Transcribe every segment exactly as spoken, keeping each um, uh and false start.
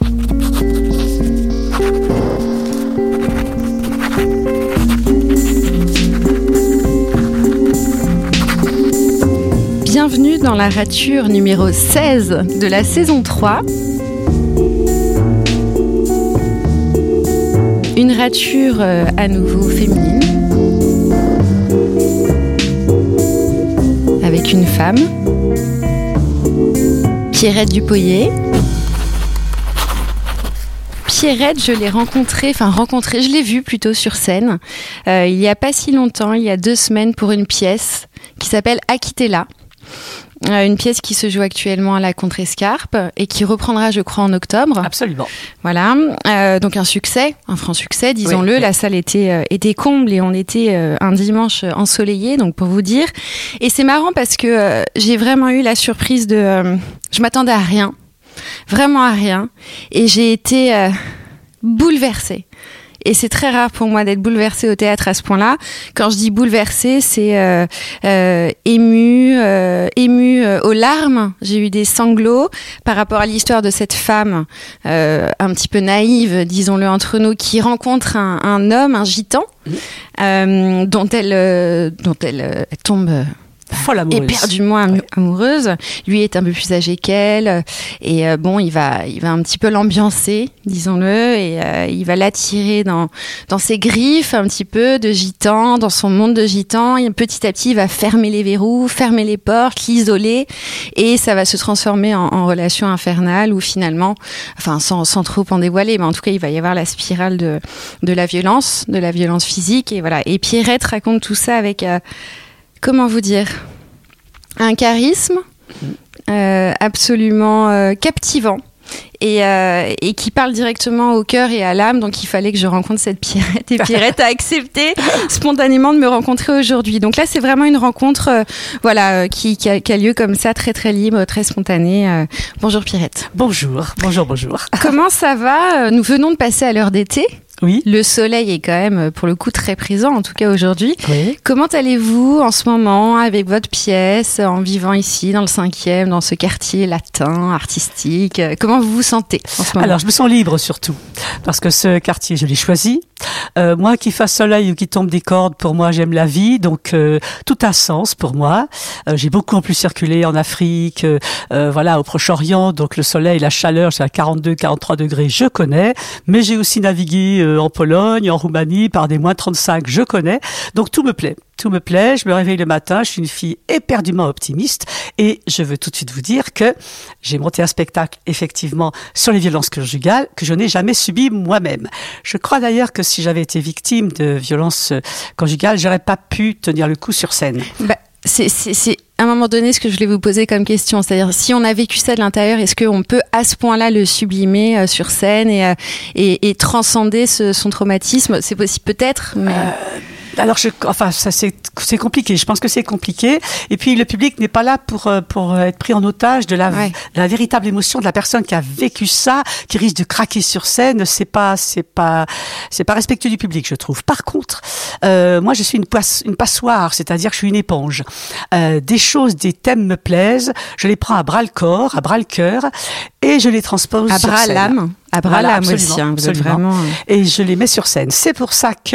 Bienvenue dans la rature numéro seize de la saison trois. Une rature euh, à nouveau féminine, avec une femme, Pierrette Dupoyer. Pierrette, je l'ai rencontrée, enfin rencontrée, je l'ai vue plutôt sur scène, euh, il n'y a pas si longtemps, il y a deux semaines, pour une pièce qui s'appelle Akitela. Euh, une pièce qui se joue actuellement à la Contrescarpe et qui reprendra, je crois, en octobre. Absolument. Voilà, euh, donc un succès, un franc succès, disons-le. Oui, la oui. salle était, euh, était comble et on était euh, un dimanche ensoleillé, donc pour vous dire. Et c'est marrant parce que euh, j'ai vraiment eu la surprise de... Euh, je m'attendais à rien, vraiment à rien. Et j'ai été euh, bouleversée. Et c'est très rare pour moi d'être bouleversée au théâtre à ce point-là. Quand je dis bouleversée, c'est euh, euh, émue, euh, émue euh, aux larmes. J'ai eu des sanglots par rapport à l'histoire de cette femme euh, un petit peu naïve, disons-le entre nous, qui rencontre un, un homme, un gitan, mmh. euh, dont elle, euh, dont elle, euh, elle tombe... Euh, folle amoureuse. Éperdument am- amoureuse. Lui est un peu plus âgé qu'elle et euh, bon, il va, il va un petit peu l'ambiancer, disons-le, et euh, il va l'attirer dans dans ses griffes un petit peu de gitan, dans son monde de gitan. Et petit à petit, il va fermer les verrous, fermer les portes, l'isoler, et ça va se transformer en, en relation infernale où finalement, enfin sans sans trop en dévoiler, mais en tout cas, il va y avoir la spirale de de la violence, de la violence physique, et voilà. Et Pierrette raconte tout ça avec euh, comment vous dire, un charisme euh, absolument euh, captivant et, euh, et qui parle directement au cœur et à l'âme. Donc il fallait que je rencontre cette Pierrette, et Pierrette a accepté spontanément de me rencontrer aujourd'hui. Donc là c'est vraiment une rencontre euh, voilà, euh, qui, qui, a, qui a lieu comme ça, très très libre, très spontanée. Euh, bonjour Pierrette. Bonjour, bonjour, bonjour. Comment ça va ? Nous venons de passer à l'heure d'été. Oui. Le soleil est quand même, pour le coup, très présent, en tout cas aujourd'hui. Oui. Comment allez-vous en ce moment avec votre pièce, en vivant ici, dans le cinquième, dans ce quartier latin, artistique ? Comment vous vous sentez en ce moment ? Alors, je me sens libre surtout, parce que ce quartier, je l'ai choisi. Euh, moi, qu'il fasse soleil ou qu'il tombe des cordes, pour moi, j'aime la vie, donc euh, tout a sens pour moi. Euh, j'ai beaucoup en plus circulé en Afrique, euh, euh, voilà, au Proche-Orient, donc le soleil, la chaleur, c'est à quarante-deux, quarante-trois degrés, je connais, mais j'ai aussi navigué euh, en Pologne, en Roumanie, par des moins trente-cinq, je connais, donc tout me plaît. Tout me plaît, je me réveille le matin, je suis une fille éperdument optimiste et je veux tout de suite vous dire que j'ai monté un spectacle effectivement sur les violences conjugales que je n'ai jamais subies moi-même. Je crois d'ailleurs que si j'avais été victime de violences conjugales, j'aurais pas pu tenir le coup sur scène. Bah, c'est, c'est, c'est à un moment donné ce que je voulais vous poser comme question, c'est-à-dire si on a vécu ça de l'intérieur, est-ce qu'on peut à ce point-là le sublimer euh, sur scène et, euh, et, et transcender ce, son traumatisme ? C'est possible peut-être, mais... Euh... Alors, je, enfin, ça c'est c'est compliqué. Je pense que c'est compliqué. Et puis, le public n'est pas là pour pour être pris en otage de la ouais. de la véritable émotion de la personne qui a vécu ça, qui risque de craquer sur scène. C'est pas c'est pas c'est pas respectueux du public, je trouve. Par contre, euh, moi, je suis une poisse, une passoire, c'est-à-dire que je suis une éponge. Euh, des choses, des thèmes me plaisent, je les prends à bras le corps, à bras le cœur, et je les transpose à sur bras scène. l'âme. À bras voilà, l'âme aussi, hein, vous êtes vraiment... Et je les mets sur scène. C'est pour ça que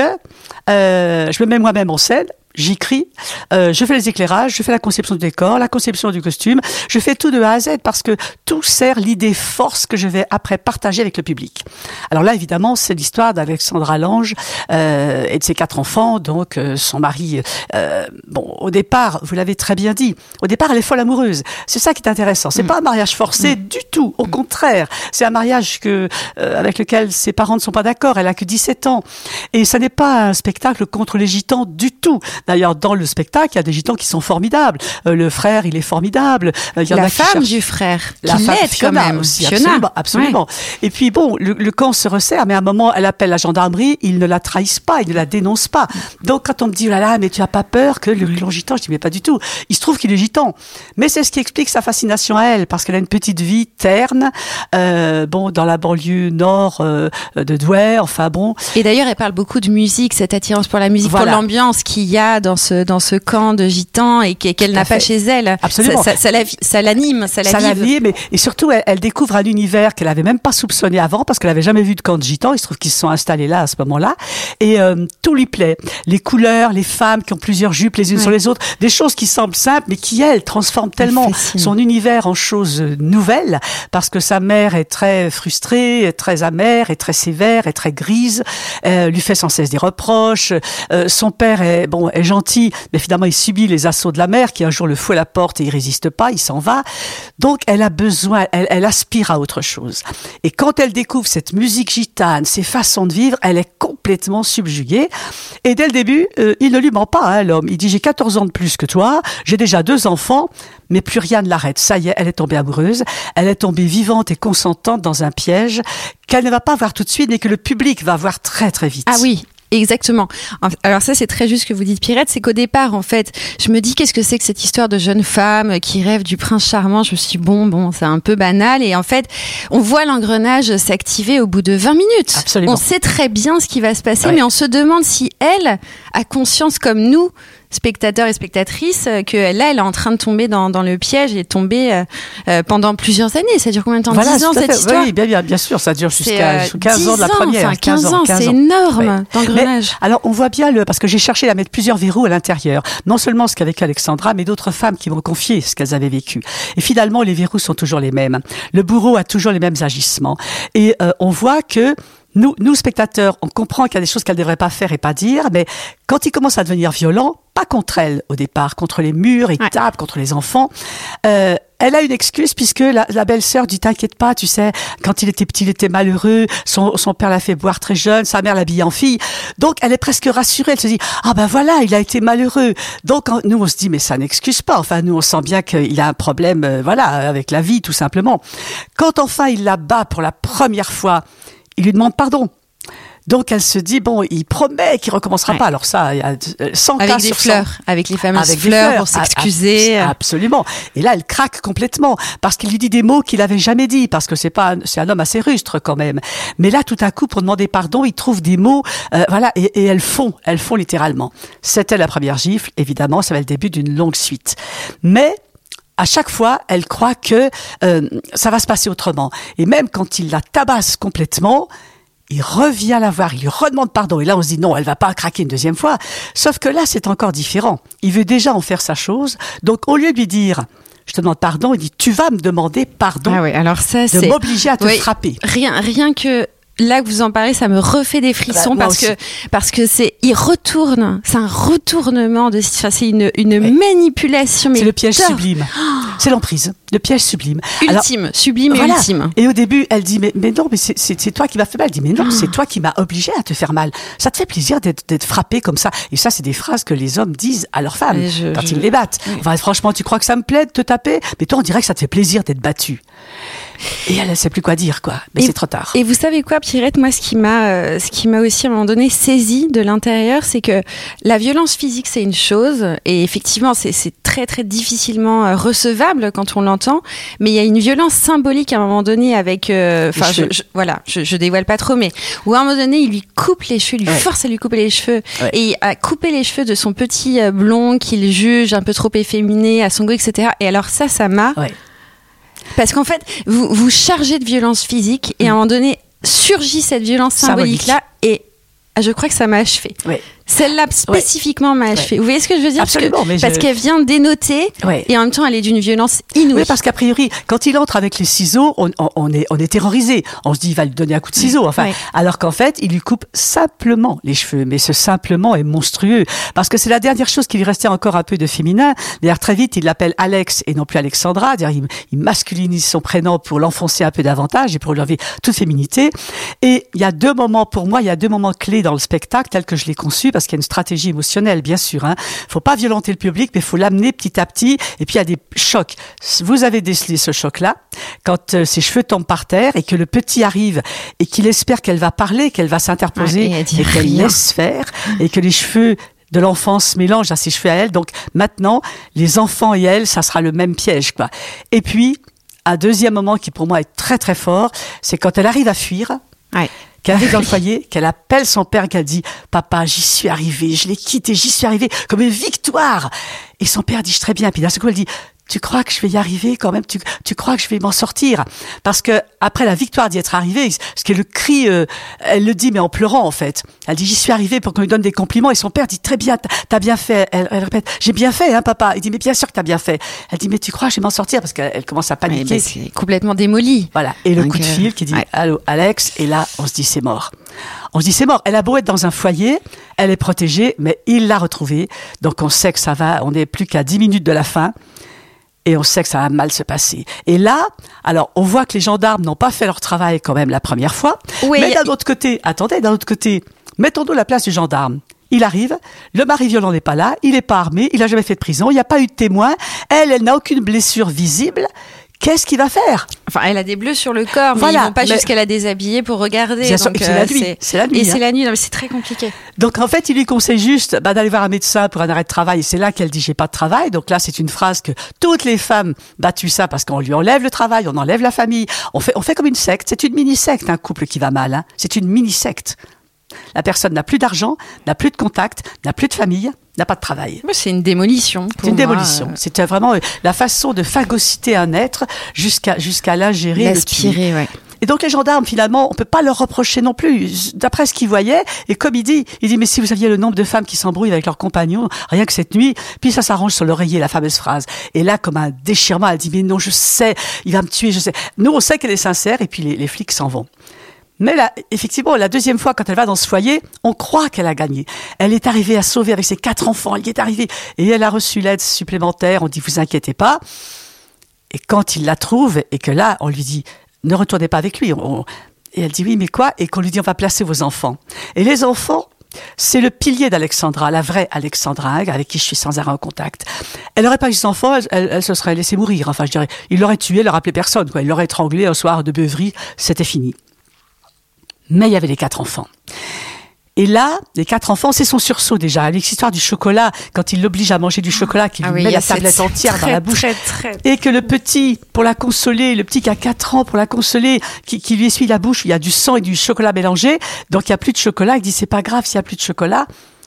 euh, je me mets moi-même en scène. J'écris, euh, je fais les éclairages, je fais la conception du décor, la conception du costume, je fais tout de A à Z parce que tout sert l'idée force que je vais après partager avec le public. Alors là, évidemment, c'est l'histoire d'Alexandra Lange euh, et de ses quatre enfants, donc euh, son mari. Euh, bon, au départ, vous l'avez très bien dit, au départ, elle est folle amoureuse. C'est ça qui est intéressant. C'est mmh. pas un mariage forcé mmh. du tout. Au mmh. contraire, c'est un mariage que euh, avec lequel ses parents ne sont pas d'accord. Elle a que dix-sept ans, et ça n'est pas un spectacle contre les gitans du tout. D'ailleurs, dans le spectacle, il y a des gitans qui sont formidables. Euh, le frère, il est formidable. Euh, il y en la a femme qui du frère, la qui femme l'aide quand même. Aussi, absolument, absolument. Ouais. Et puis bon, le, le camp se resserre, mais à un moment, elle appelle la gendarmerie. Ils ne la trahissent pas, ils ne la dénoncent pas. Donc, quand on me dit, oh là là, mais tu as pas peur que le clan gitan, je dis, mais pas du tout. Il se trouve qu'il est gitan. Mais c'est ce qui explique sa fascination à elle, parce qu'elle a une petite vie terne, euh, bon, dans la banlieue nord euh, de Douai, enfin bon. Et d'ailleurs, elle parle beaucoup de musique, cette attirance pour la musique, voilà. Pour l'ambiance qu'il y a a dans ce dans ce camp de gitans et qu'elle n'a pas chez elle. Absolument. Ça, ça, ça, la, ça l'anime, ça la ça vive. l'anime, et, et surtout elle, elle découvre un univers qu'elle avait même pas soupçonné avant parce qu'elle avait jamais vu de camp de gitans. Il se trouve qu'ils se sont installés là à ce moment-là, et euh, tout lui plaît. Les couleurs, les femmes qui ont plusieurs jupes les unes ouais. sur les autres, des choses qui semblent simples mais qui elle transforment tellement son univers en choses nouvelles parce que sa mère est très frustrée, très amère, est très sévère, est très grise, euh, lui fait sans cesse des reproches. Euh, son père est bon, est gentil, mais finalement il subit les assauts de la mère qui un jour le fout à la porte et il résiste pas, il s'en va. Donc elle a besoin, elle, elle aspire à autre chose. Et quand elle découvre cette musique gitane, ces façons de vivre, elle est complètement subjuguée. Et dès le début, euh, il ne lui ment pas, hein, l'homme. Il dit j'ai quatorze ans de plus que toi, j'ai déjà deux enfants, mais plus rien ne l'arrête. Ça y est, elle est tombée amoureuse, elle est tombée vivante et consentante dans un piège qu'elle ne va pas voir tout de suite, mais que le public va voir très très vite. Ah oui. Exactement. Alors ça, c'est très juste ce que vous dites, Pierrette, c'est qu'au départ, en fait, je me dis qu'est-ce que c'est que cette histoire de jeune femme qui rêve du prince charmant. Je me suis dit, bon, bon, c'est un peu banal. Et en fait, on voit l'engrenage s'activer au bout de vingt minutes. Absolument. On sait très bien ce qui va se passer, ouais. mais on se demande si elle a conscience comme nous, spectateurs et spectatrices, que là, elle est en train de tomber dans, dans le piège et tomber euh, euh, pendant plusieurs années. Ça dure combien de temps? Voilà, dix ans, cette histoire? Oui, bien, bien, bien sûr, ça dure jusqu'à euh, quinze ans de la première. Enfin, quinze ans, c'est énorme, ouais. d'engrenage. Mais, alors, on voit bien le, parce que j'ai cherché à mettre plusieurs verrous à l'intérieur. Non seulement ce qu'a vécu Alexandra, mais d'autres femmes qui m'ont confié ce qu'elles avaient vécu. Et finalement, les verrous sont toujours les mêmes. Le bourreau a toujours les mêmes agissements. Et euh, on voit que Nous, nous, spectateurs, on comprend qu'il y a des choses qu'elle ne devrait pas faire et pas dire, mais quand il commence à devenir violent, pas contre elle au départ, contre les murs, il ouais. tape, contre les enfants, euh, elle a une excuse puisque la, la belle-sœur dit t'inquiète pas, tu sais, quand il était petit, il était malheureux, son, son père l'a fait boire très jeune, sa mère l'habille en fille, donc elle est presque rassurée, elle se dit ah ben voilà, il a été malheureux. Donc nous on se dit mais ça n'excuse pas, enfin nous on sent bien qu'il a un problème, euh, voilà, avec la vie tout simplement. Quand enfin il la bat pour la première fois, il lui demande pardon. Donc elle se dit bon, il promet qu'il recommencera ouais. pas. Alors ça, il y a cent avec cas des sur fleurs, cent. Avec les fameuses avec fleurs, fleurs pour s'excuser. A- absolument. Et là, elle craque complètement parce qu'il lui dit des mots qu'il avait jamais dit parce que c'est pas, un, c'est un homme assez rustre quand même. Mais là, tout à coup, pour demander pardon, il trouve des mots, euh, voilà, et, et elles font, elles font littéralement. C'était la première gifle, évidemment, ça va être le début d'une longue suite. Mais à chaque fois, elle croit que euh, ça va se passer autrement. Et même quand il la tabasse complètement, il revient la voir, il lui redemande pardon. Et là, on se dit non, elle va pas craquer une deuxième fois. Sauf que là, c'est encore différent. Il veut déjà en faire sa chose. Donc, au lieu de lui dire je te demande pardon, il dit tu vas me demander pardon. Ah oui, alors ça, de c'est m'obliger à te oui, frapper. Rien, rien que là que vous en parlez, ça me refait des frissons bah, parce que parce que c'est il retourne, c'est un retournement de, enfin c'est une une oui. manipulation. Mais c'est le piège tort. sublime, c'est l'emprise, le piège sublime. Ultime, Alors, sublime et voilà. ultime. Et au début, elle dit mais mais non, mais c'est c'est, c'est toi qui m'as fait mal. Elle dit mais non, oh. c'est toi qui m'as obligé à te faire mal. Ça te fait plaisir d'être d'être frappé comme ça. Et ça, c'est des phrases que les hommes disent à leurs femmes je, quand je... ils les battent. Oui. Enfin, franchement, tu crois que ça me plaît de te taper? Mais toi, on dirait que ça te fait plaisir d'être battu. Et elle ne sait plus quoi dire, quoi. Mais et, c'est trop tard. Et vous savez quoi, Pierrette, moi, ce qui m'a, euh, ce qui m'a aussi à un moment donné saisi de l'intérieur, c'est que la violence physique, c'est une chose, et effectivement, c'est, c'est très très difficilement euh, recevable quand on l'entend. Mais il y a une violence symbolique à un moment donné avec, enfin, euh, je, je, voilà, je, je dévoile pas trop, mais où à un moment donné, il lui coupe les cheveux, il lui ouais. force à lui couper les cheveux, ouais. et à couper les cheveux de son petit euh, blond qu'il juge un peu trop efféminé à son goût, et cetera. Et alors ça, ça m'a ouais. Parce qu'en fait, vous vous chargez de violence physique et à un moment donné, surgit cette violence symbolique-là et je crois que ça m'a achevé. Oui. Celle-là spécifiquement ouais. m'a achevé. Ouais. Vous voyez ce que je veux dire? Absolument, parce, que, mais parce je... qu'elle vient dénoter ouais. et en même temps elle est d'une violence inouïe. Oui, parce qu'a priori, quand il entre avec les ciseaux, on, on, on est, on est terrorisé. On se dit il va lui donner un coup de ciseau. Enfin, ouais. alors qu'en fait, il lui coupe simplement les cheveux. Mais ce simplement est monstrueux parce que c'est la dernière chose qui lui restait encore un peu de féminin. D'ailleurs, très vite, il l'appelle Alex et non plus Alexandra. D'ailleurs, il, il masculinise son prénom pour l'enfoncer un peu davantage et pour lui enlever toute féminité. Et il y a deux moments, pour moi, il y a deux moments clés dans le spectacle tel que je l'ai conçu parce qu'il y a une stratégie émotionnelle, bien sûr. Hein. Faut pas violenter le public, mais faut l'amener petit à petit. Et puis il y a des chocs. Vous avez décelé ce choc-là quand euh, ses cheveux tombent par terre et que le petit arrive et qu'il espère qu'elle va parler, qu'elle va s'interposer ouais, et, et qu'elle laisse faire et que les cheveux de l'enfant se mélangent à ses cheveux à elle. Donc maintenant, les enfants et elle, ça sera le même piège, quoi. Et puis un deuxième moment qui pour moi est très très fort, c'est quand elle arrive à fuir. Ouais. Qui arrive dans le foyer, qu'elle appelle son père, qu'elle dit « Papa, j'y suis arrivée, je l'ai quitté, j'y suis arrivée comme une victoire !» Et son père dit « Très bien !» Puis d'un seul coup, elle dit « Tu crois que je vais y arriver quand même, tu, tu crois que je vais m'en sortir ?» Parce que après la victoire d'y être arrivée, ce qui est le cri, euh, elle le dit mais en pleurant en fait. Elle dit « J'y suis arrivée pour qu'on lui donne des compliments » et son père dit « Très bien, t'as bien fait !» Elle, elle répète « J'ai bien fait, hein papa ?» Il dit « Mais bien sûr que t'as bien fait !» Elle dit « Mais tu crois que je vais m'en sortir ?» Parce qu'elle elle commence à paniquer. Ouais, c'est complètement démoli. Voilà. Et le Donc, coup de fil qui dit ouais. « Allô Alex ?» Et là, on se dit « C'est mort !» On se dit c'est mort. Elle a beau être dans un foyer, elle est protégée, mais il l'a retrouvée. Donc on sait que ça va, on n'est plus qu'à dix minutes de la fin. Et on sait que ça va mal se passer. Et là, alors, on voit que les gendarmes n'ont pas fait leur travail quand même la première fois. Oui, mais y... d'un autre côté, attendez, d'un autre côté, mettons-nous la place du gendarme. Il arrive, le mari violent n'est pas là, il n'est pas armé, il n'a jamais fait de prison, il n'y a pas eu de témoin. Elle, elle n'a aucune blessure visible. Qu'est-ce qu'il va faire ? Enfin, elle a des bleus sur le corps, mais voilà, ils vont pas mais... jusqu'à la déshabiller pour regarder. Bien sûr, donc, c'est euh, la nuit. C'est, c'est la nuit. Et hein. c'est la nuit, non, mais c'est très compliqué. Donc en fait, il lui conseille juste bah, d'aller voir un médecin pour un arrêt de travail. Et c'est là qu'elle dit j'ai pas de travail. Donc là, c'est une phrase que toutes les femmes battent ça parce qu'on lui enlève le travail, on enlève la famille. On fait, on fait comme une secte. C'est une mini-secte, un couple qui va mal. Hein. C'est une mini-secte. La personne n'a plus d'argent, n'a plus de contact, n'a plus de famille, n'a pas de travail. Moi, c'est une démolition. C'est une moi, démolition. Euh... C'est vraiment la façon de phagocyter un être jusqu'à jusqu'à l'ingérer, l'aspirer, ouais. Et donc les gendarmes, finalement, on peut pas leur reprocher non plus, d'après ce qu'ils voyaient. Et comme il dit, il dit, mais si vous aviez le nombre de femmes qui s'embrouillent avec leurs compagnons, rien que cette nuit, puis ça s'arrange sur l'oreiller, la fameuse phrase. Et là, comme un déchirement, elle dit, mais non, je sais, il va me tuer, je sais. Nous, on sait qu'elle est sincère, et puis les, les flics s'en vont. Mais là, effectivement, la deuxième fois, quand elle va dans ce foyer, on croit qu'elle a gagné. Elle est arrivée à sauver avec ses quatre enfants, elle y est arrivée. Et elle a reçu l'aide supplémentaire, on dit, vous inquiétez pas. Et quand il la trouve, et que là, on lui dit, ne retournez pas avec lui. On... Et elle dit, oui, mais quoi ? Et qu'on lui dit, on va placer vos enfants. Et les enfants, c'est le pilier d'Alexandra, la vraie Alexandra, avec qui je suis sans arrêt en contact. Elle n'aurait pas eu ses enfants, elle, elle, elle se serait laissée mourir. Enfin, je dirais, il l'aurait tuée, elle n'aurait appelé personne, quoi. Il l'aurait étranglée un soir de beuverie, c'était fini. Mais il y avait les quatre enfants. Et là, les quatre enfants, c'est son sursaut déjà. L'histoire du chocolat, quand il l'oblige à manger du chocolat, qu'il ah lui oui, met la tablette entière très, dans la bouche. Très, très... Et que le petit, pour la consoler, le petit qui a quatre ans, pour la consoler, qui, qui lui essuie la bouche, il y a du sang et du chocolat mélangé. Donc il n'y a plus de chocolat. Il dit, c'est pas grave s'il n'y a plus de chocolat.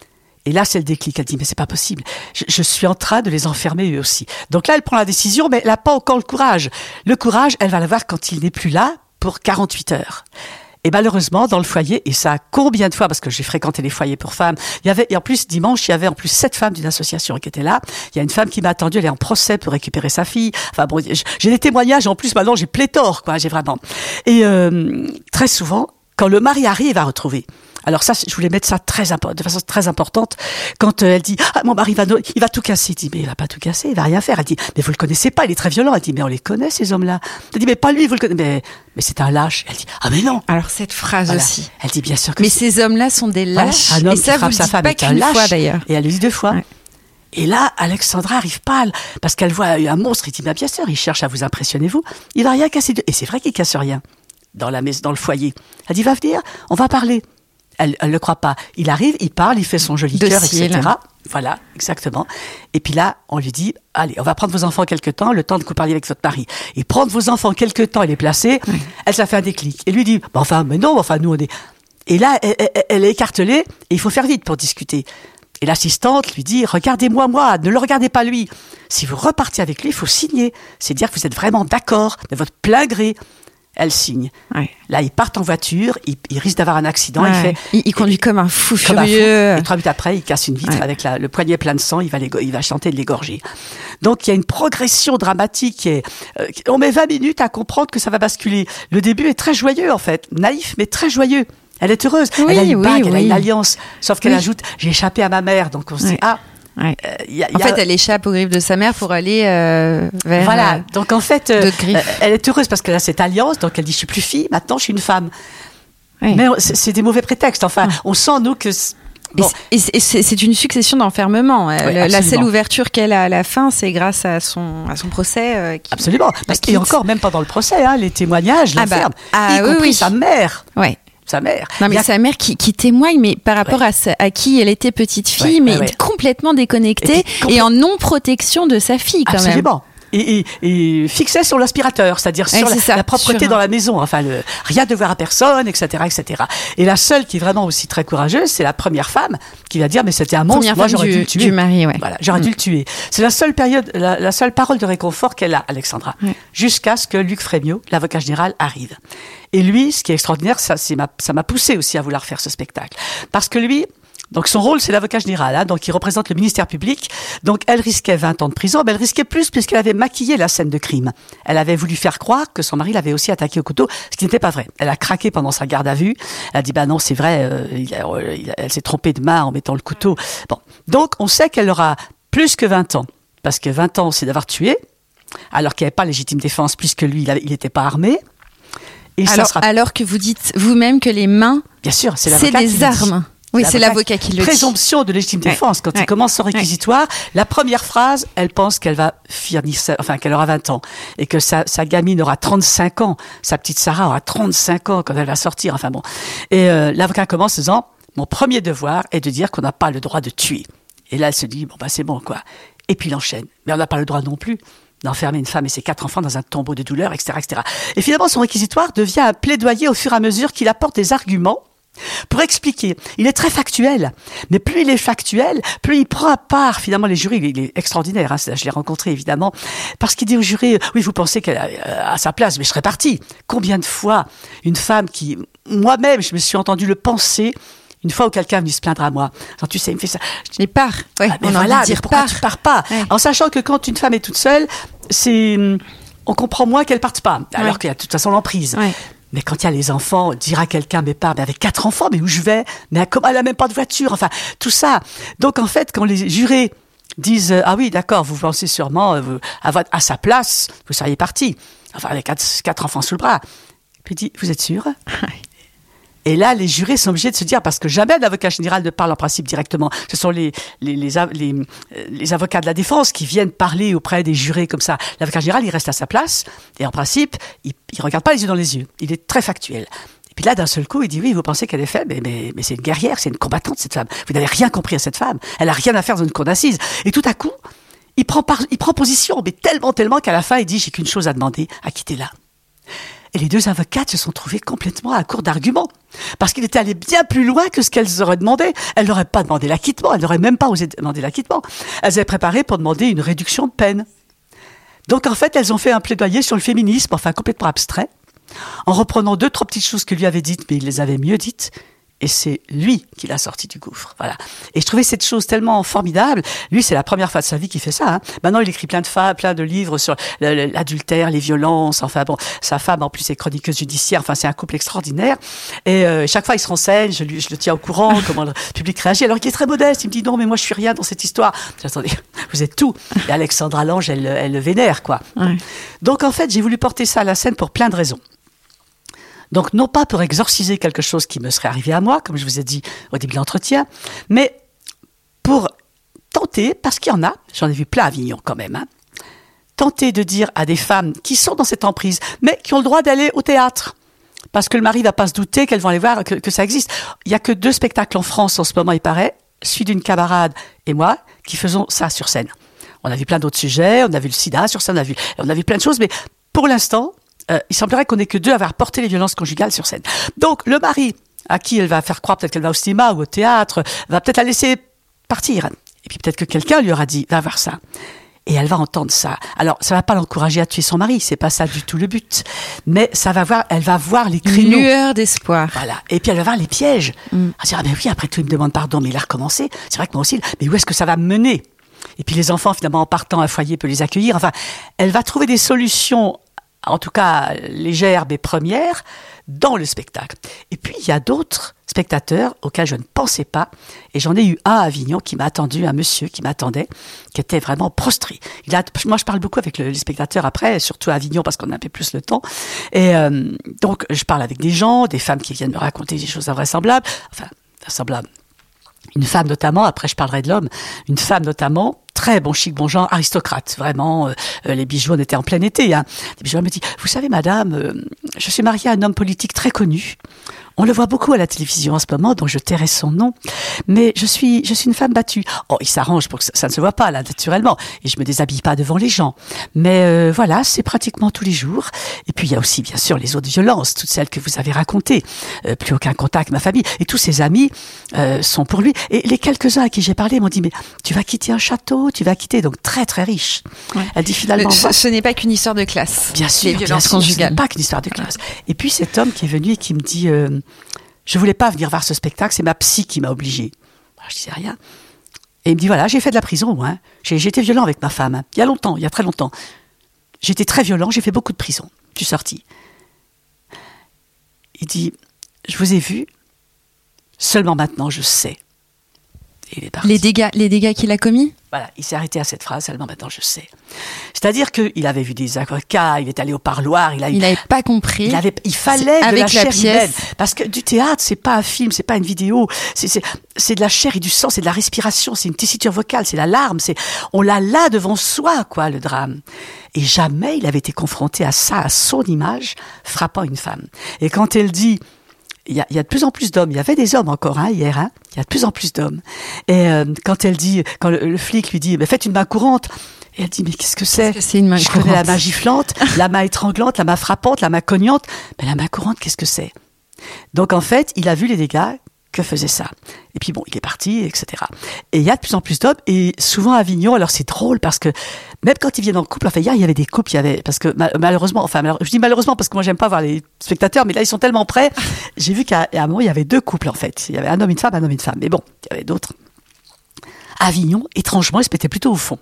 Et là, c'est le déclic. Elle dit, mais c'est pas possible. Je, je suis en train de les enfermer eux aussi. Donc là, elle prend la décision, mais elle n'a pas encore le courage. Le courage, elle va l'avoir quand il n'est plus là pour quarante-huit heures. Et malheureusement, dans le foyer, et ça combien de fois, parce que j'ai fréquenté les foyers pour femmes, il y avait, et en plus, dimanche, il y avait en plus sept femmes d'une association qui étaient là. Il y a une femme qui m'a attendu, elle est en procès pour récupérer sa fille. Enfin bon, j'ai des témoignages, en plus, maintenant, j'ai pléthore, quoi, j'ai vraiment. Et euh, très souvent, quand le mari arrive à retrouver, alors ça, je voulais mettre ça très de façon très importante. Quand euh, elle dit, ah, mon mari va, il va tout casser. Il dit, mais il va pas tout casser, il va rien faire. Elle dit, mais vous le connaissez pas, il est très violent. Elle dit, mais on les connaît, ces hommes-là. Elle dit, mais pas lui, vous le connaissez. Mais, mais c'est un lâche. Elle dit, ah, mais non. Alors, cette phrase voilà. aussi. Elle dit, bien sûr que mais c'est... ces hommes-là sont des lâches. Voilà. Un homme et ça, qui frappe vous sa dites femme pas est un qu'une lâche. fois, d'ailleurs. Et elle le dit deux fois. Ouais. Et là, Alexandra arrive pâle, parce qu'elle voit un monstre. Il dit, mais bien sûr, il cherche à vous impressionner, vous. Il va rien casser. De... Et c'est vrai qu'il casse rien. Dans la maison, dans le foyer. Elle dit, va venir, on va parler. Elle ne le croit pas. Il arrive, il parle, il fait son joli cœur, et cetera. Voilà, exactement. Et puis là, on lui dit, allez, on va prendre vos enfants quelque temps, le temps que vous parliez avec votre mari. Et prendre vos enfants quelque temps, il est placé. Oui. Elle, ça fait un déclic. Et lui dit, bah, enfin, mais non, enfin, nous, on est... Et là, elle, elle, elle est écartelée, et il faut faire vite pour discuter. Et l'assistante lui dit, regardez-moi, moi, ne le regardez pas lui. Si vous repartez avec lui, il faut signer. C'est dire que vous êtes vraiment d'accord, de votre plein gré. Elle signe. Ouais. Là, ils partent en voiture, il, il risque d'avoir un accident. Ouais. Il, fait, il, il conduit comme un fou comme furieux. Un fou. Et trois minutes après, il casse une vitre ouais. avec la, le poignet plein de sang, il va, il va chanter de l'égorger. Donc, il y a une progression dramatique. Et, euh, on met vingt minutes à comprendre que ça va basculer. Le début est très joyeux, en fait. Naïf, mais très joyeux. Elle est heureuse. Oui, elle a une oui, bague, oui. elle a une alliance. Sauf qu'elle oui. ajoute, j'ai échappé à ma mère. Donc, on se dit, ah... Ouais. Euh, y a, y a... En fait, elle échappe aux griffes de sa mère pour aller euh, vers. Voilà. Euh, donc en fait, euh, elle est heureuse parce qu'elle a cette alliance. Donc elle dit, je suis plus fille, maintenant je suis une femme. Oui. Mais c'est, c'est des mauvais prétextes. Enfin, ah. on sent nous que. Bon. Et, c'est, et c'est, c'est une succession d'enfermements. Oui, Le, la seule ouverture qu'elle a à la fin, c'est grâce à son, à son procès. Euh, qui, absolument. Parce qu'il y a encore, même pendant le procès, hein, les témoignages l'enferment, ah bah, ah, y oui, compris oui. sa mère. Ouais. Sa mère. Non, mais a... sa mère qui, qui témoigne, mais par rapport ouais. à, sa, à qui elle était petite fille, ouais, mais ouais, ouais. complètement déconnectée et, puis, complè... et en non-protection de sa fille, quand Absolument. même. Absolument. et, et, et fixait sur l'aspirateur, c'est-à-dire sur ouais, la, ça, la propreté sur dans la maison, enfin le, rien de voir à personne, et cetera, et cetera. Et la seule qui est vraiment aussi très courageuse, c'est la première femme qui va dire mais c'était un monstre, première moi femme j'aurais du, dû le tuer. Du mari, ouais. Voilà, j'aurais mm. dû le tuer. C'est la seule période, la, la seule parole de réconfort qu'elle a, Alexandra, ouais. jusqu'à ce que Luc Frémiot, l'avocat général, arrive. Et lui, ce qui est extraordinaire, ça, c'est ma, ça m'a poussé aussi à vouloir faire ce spectacle, parce que lui. Donc son rôle, c'est l'avocat général, hein, donc il représente le ministère public. Donc elle risquait vingt ans de prison, mais elle risquait plus puisqu'elle avait maquillé la scène de crime. Elle avait voulu faire croire que son mari l'avait aussi attaqué au couteau, ce qui n'était pas vrai. Elle a craqué pendant sa garde à vue. Elle a dit bah non, c'est vrai, euh, il a, il a, elle s'est trompée de main en mettant le couteau. Bon, donc on sait qu'elle aura plus que vingt ans, parce que vingt ans, c'est d'avoir tué, alors qu'il n'y avait pas légitime défense puisque lui, il n'était pas armé. Et alors, ça sera... alors que vous dites vous-même que les mains, bien sûr, c'est, c'est des armes. Oui, c'est l'avocat qui le dit. Présomption de légitime défense. Ouais. Quand ouais. il commence son réquisitoire, ouais. la première phrase, elle pense qu'elle va finir, enfin, qu'elle aura vingt ans. Et que sa, sa gamine aura trente-cinq ans. Sa petite Sarah aura trente-cinq ans quand elle va sortir. Enfin bon. Et, euh, l'avocat commence en disant, mon premier devoir est de dire qu'on n'a pas le droit de tuer. Et là, elle se dit, bon, bah, c'est bon, quoi. Et puis il enchaîne. Mais on n'a pas le droit non plus d'enfermer une femme et ses quatre enfants dans un tombeau de douleur, et cetera, et cetera. Et finalement, son réquisitoire devient un plaidoyer au fur et à mesure qu'il apporte des arguments pour expliquer. Il est très factuel, mais plus il est factuel, plus il prend à part finalement les jurés. Il est extraordinaire, hein, je l'ai rencontré évidemment, parce qu'il dit aux jurés, oui, vous pensez qu'elle a à sa place, mais je serais partie. Combien de fois une femme qui, moi-même, je me suis entendu le penser, une fois où quelqu'un est venu se plaindre à moi, genre, tu sais, il me fait ça. Je dis pars. Ouais, ah, mais on voilà, a dire pourquoi pars. tu pars pas ouais. En sachant que quand une femme est toute seule, c'est, on comprend moins qu'elle parte pas, alors ouais. qu'il y a de toute façon l'emprise. Ouais. Mais quand il y a les enfants, dire à quelqu'un, mais pas, mais avec quatre enfants, mais où je vais? Mais comment elle a même pas de voiture? Enfin, tout ça. Donc, en fait, quand les jurés disent, ah oui, d'accord, vous pensez sûrement, euh, à, votre, à sa place, vous seriez parti. Enfin, avec quatre, quatre enfants sous le bras. Puis il dit, vous êtes sûr? Et là, les jurés sont obligés de se dire, parce que jamais l'avocat général ne parle en principe directement. Ce sont les, les, les, les, les avocats de la défense qui viennent parler auprès des jurés comme ça. L'avocat général, il reste à sa place, et en principe, il ne regarde pas les yeux dans les yeux. Il est très factuel. Et puis là, d'un seul coup, il dit, oui, vous pensez qu'elle est faible, mais, mais, mais c'est une guerrière, c'est une combattante, cette femme. Vous n'avez rien compris à cette femme. Elle n'a rien à faire dans une cour d'assises. Et tout à coup, il prend, par, il prend position, mais tellement, tellement qu'à la fin, il dit, j'ai qu'une chose à demander, à quitter là. Et les deux avocates se sont trouvées complètement à court d'arguments. Parce qu'il était allé bien plus loin que ce qu'elles auraient demandé. Elles n'auraient pas demandé l'acquittement. Elles n'auraient même pas osé demander l'acquittement. Elles avaient préparé pour demander une réduction de peine. Donc, en fait, elles ont fait un plaidoyer sur le féminisme, enfin, complètement abstrait, en reprenant deux, trois petites choses que lui avait dites, mais il les avait mieux dites. Et c'est lui qui l'a sorti du gouffre. Voilà. Et je trouvais cette chose tellement formidable. Lui, c'est la première fois de sa vie qu'il fait ça. Hein. Maintenant, il écrit plein de fa- plein de livres sur l'adultère, les violences. Enfin bon, sa femme en plus est chroniqueuse judiciaire. Enfin, c'est un couple extraordinaire. Et euh, chaque fois, il se renseigne. Je, lui, je le tiens au courant comment le public réagit. Alors qu'il est très modeste. Il me dit non, mais moi, je suis rien dans cette histoire. Attendez, vous êtes tout. Et Alexandra Lange, elle, elle le vénère, quoi. Ouais. Donc en fait, j'ai voulu porter ça à la scène pour plein de raisons. Donc, non pas pour exorciser quelque chose qui me serait arrivé à moi, comme je vous ai dit au début de l'entretien, mais pour tenter, parce qu'il y en a, j'en ai vu plein à Avignon quand même, hein, tenter de dire à des femmes qui sont dans cette emprise, mais qui ont le droit d'aller au théâtre, parce que le mari va pas se douter qu'elles vont aller voir, que, que ça existe. Il y a que deux spectacles en France en ce moment, il paraît, celui d'une camarade et moi, qui faisons ça sur scène. On a vu plein d'autres sujets, on a vu le sida sur scène, on a vu, on a vu plein de choses, mais pour l'instant, Euh, il semblerait qu'on n'ait que deux à avoir porté les violences conjugales sur scène. Donc, le mari, à qui elle va faire croire peut-être qu'elle va au cinéma ou au théâtre, va peut-être la laisser partir. Et puis peut-être que quelqu'un lui aura dit, va voir ça. Et elle va entendre ça. Alors, ça va pas l'encourager à tuer son mari, c'est pas ça du tout le but. Mais ça va voir, elle va voir les créneaux. Une lueur d'espoir. Voilà. Et puis elle va voir les pièges. Mm. Elle va dire, ah ben oui, après tout, il me demande pardon, mais il a recommencé. C'est vrai que moi aussi, mais où est-ce que ça va me mener? Et puis les enfants, finalement, en partant, un foyer peut les accueillir. Enfin, elle va trouver des solutions, en tout cas légère mais première, dans le spectacle. Et puis, il y a d'autres spectateurs auxquels je ne pensais pas, et j'en ai eu un à Avignon qui m'a attendu, un monsieur qui m'attendait, qui était vraiment prostré. Il a, moi, je parle beaucoup avec le, les spectateurs après, surtout à Avignon, parce qu'on a un peu plus le temps. Et euh, donc, je parle avec des gens, des femmes qui viennent me raconter des choses invraisemblables, enfin, invraisemblables. Une femme notamment, après je parlerai de l'homme, une femme notamment, très bon chic, bon genre, aristocrate, vraiment, euh, les bijoux, on était en plein été, hein. Les bijoux, elle me dit, vous savez madame, euh, je suis mariée à un homme politique très connu, On le voit beaucoup à la télévision en ce moment, donc je tairai son nom. Mais je suis, je suis une femme battue. Oh, il s'arrange pour que ça, ça ne se voit pas, là, naturellement. Et je me déshabille pas devant les gens. Mais euh, voilà, c'est pratiquement tous les jours. Et puis, il y a aussi, bien sûr, les autres violences, toutes celles que vous avez racontées. Euh, plus aucun contact, ma famille. Et tous ses amis euh, sont pour lui. Et les quelques-uns à qui j'ai parlé m'ont dit, mais tu vas quitter un château, tu vas quitter, donc très, très riche. Ouais. Elle dit finalement... Ce, ce n'est pas qu'une histoire de classe. Bien sûr, les violences conjugales. Ce n'est pas qu'une histoire de classe. Et puis, cet homme qui est venu et qui me dit... Euh, je voulais pas venir voir ce spectacle, c'est ma psy qui m'a obligée. Je disais rien. Et il me dit, voilà, j'ai fait de la prison, moi. Hein. J'ai, j'ai été violent avec ma femme. Hein. Il y a longtemps, il y a très longtemps. J'ai été très violent, j'ai fait beaucoup de prison. Je suis sorti. Il dit, je vous ai vu, seulement maintenant je sais. Et il est parti. Les dégâts, les dégâts qu'il a commis ? Voilà, il s'est arrêté à cette phrase, seulement maintenant je sais. C'est-à-dire qu'il avait vu des avocats, il est allé au parloir, il a... Il n'avait pas compris. Il, avait, il fallait de la, la chair pièce. humaine. Parce que du théâtre, c'est pas un film, c'est pas une vidéo, c'est, c'est, c'est de la chair et du sang, c'est de la respiration, c'est une tessiture vocale, c'est la larme, c'est, on l'a là devant soi, quoi, le drame. Et jamais il avait été confronté à ça, à son image, frappant une femme. Et quand elle dit... Il y, a, il y a de plus en plus d'hommes. Il y avait des hommes encore hein, hier. Hein. Il y a de plus en plus d'hommes. Et euh, quand elle dit, quand le, le flic lui dit, mais faites une main courante. Et elle dit, mais qu'est-ce que c'est, qu'est-ce que c'est une main Je courante? connais la main giflante, la main étranglante, la main frappante, la main cognante. Mais la main courante, qu'est-ce que c'est? Donc en fait, il a vu les dégâts que faisait ça. Et puis bon, il est parti, et cetera. Et il y a de plus en plus d'hommes, et souvent à Avignon, alors c'est drôle parce que même quand ils viennent en couple, enfin hier il y avait des couples, il y avait, parce que malheureusement, enfin je dis malheureusement parce que moi j'aime pas voir les spectateurs, mais là ils sont tellement près, j'ai vu qu'à un moment il y avait deux couples en fait. Il y avait un homme, une femme, un homme, une femme. Mais bon, il y avait d'autres. À Avignon, étrangement, ils se mettaient plutôt au fond.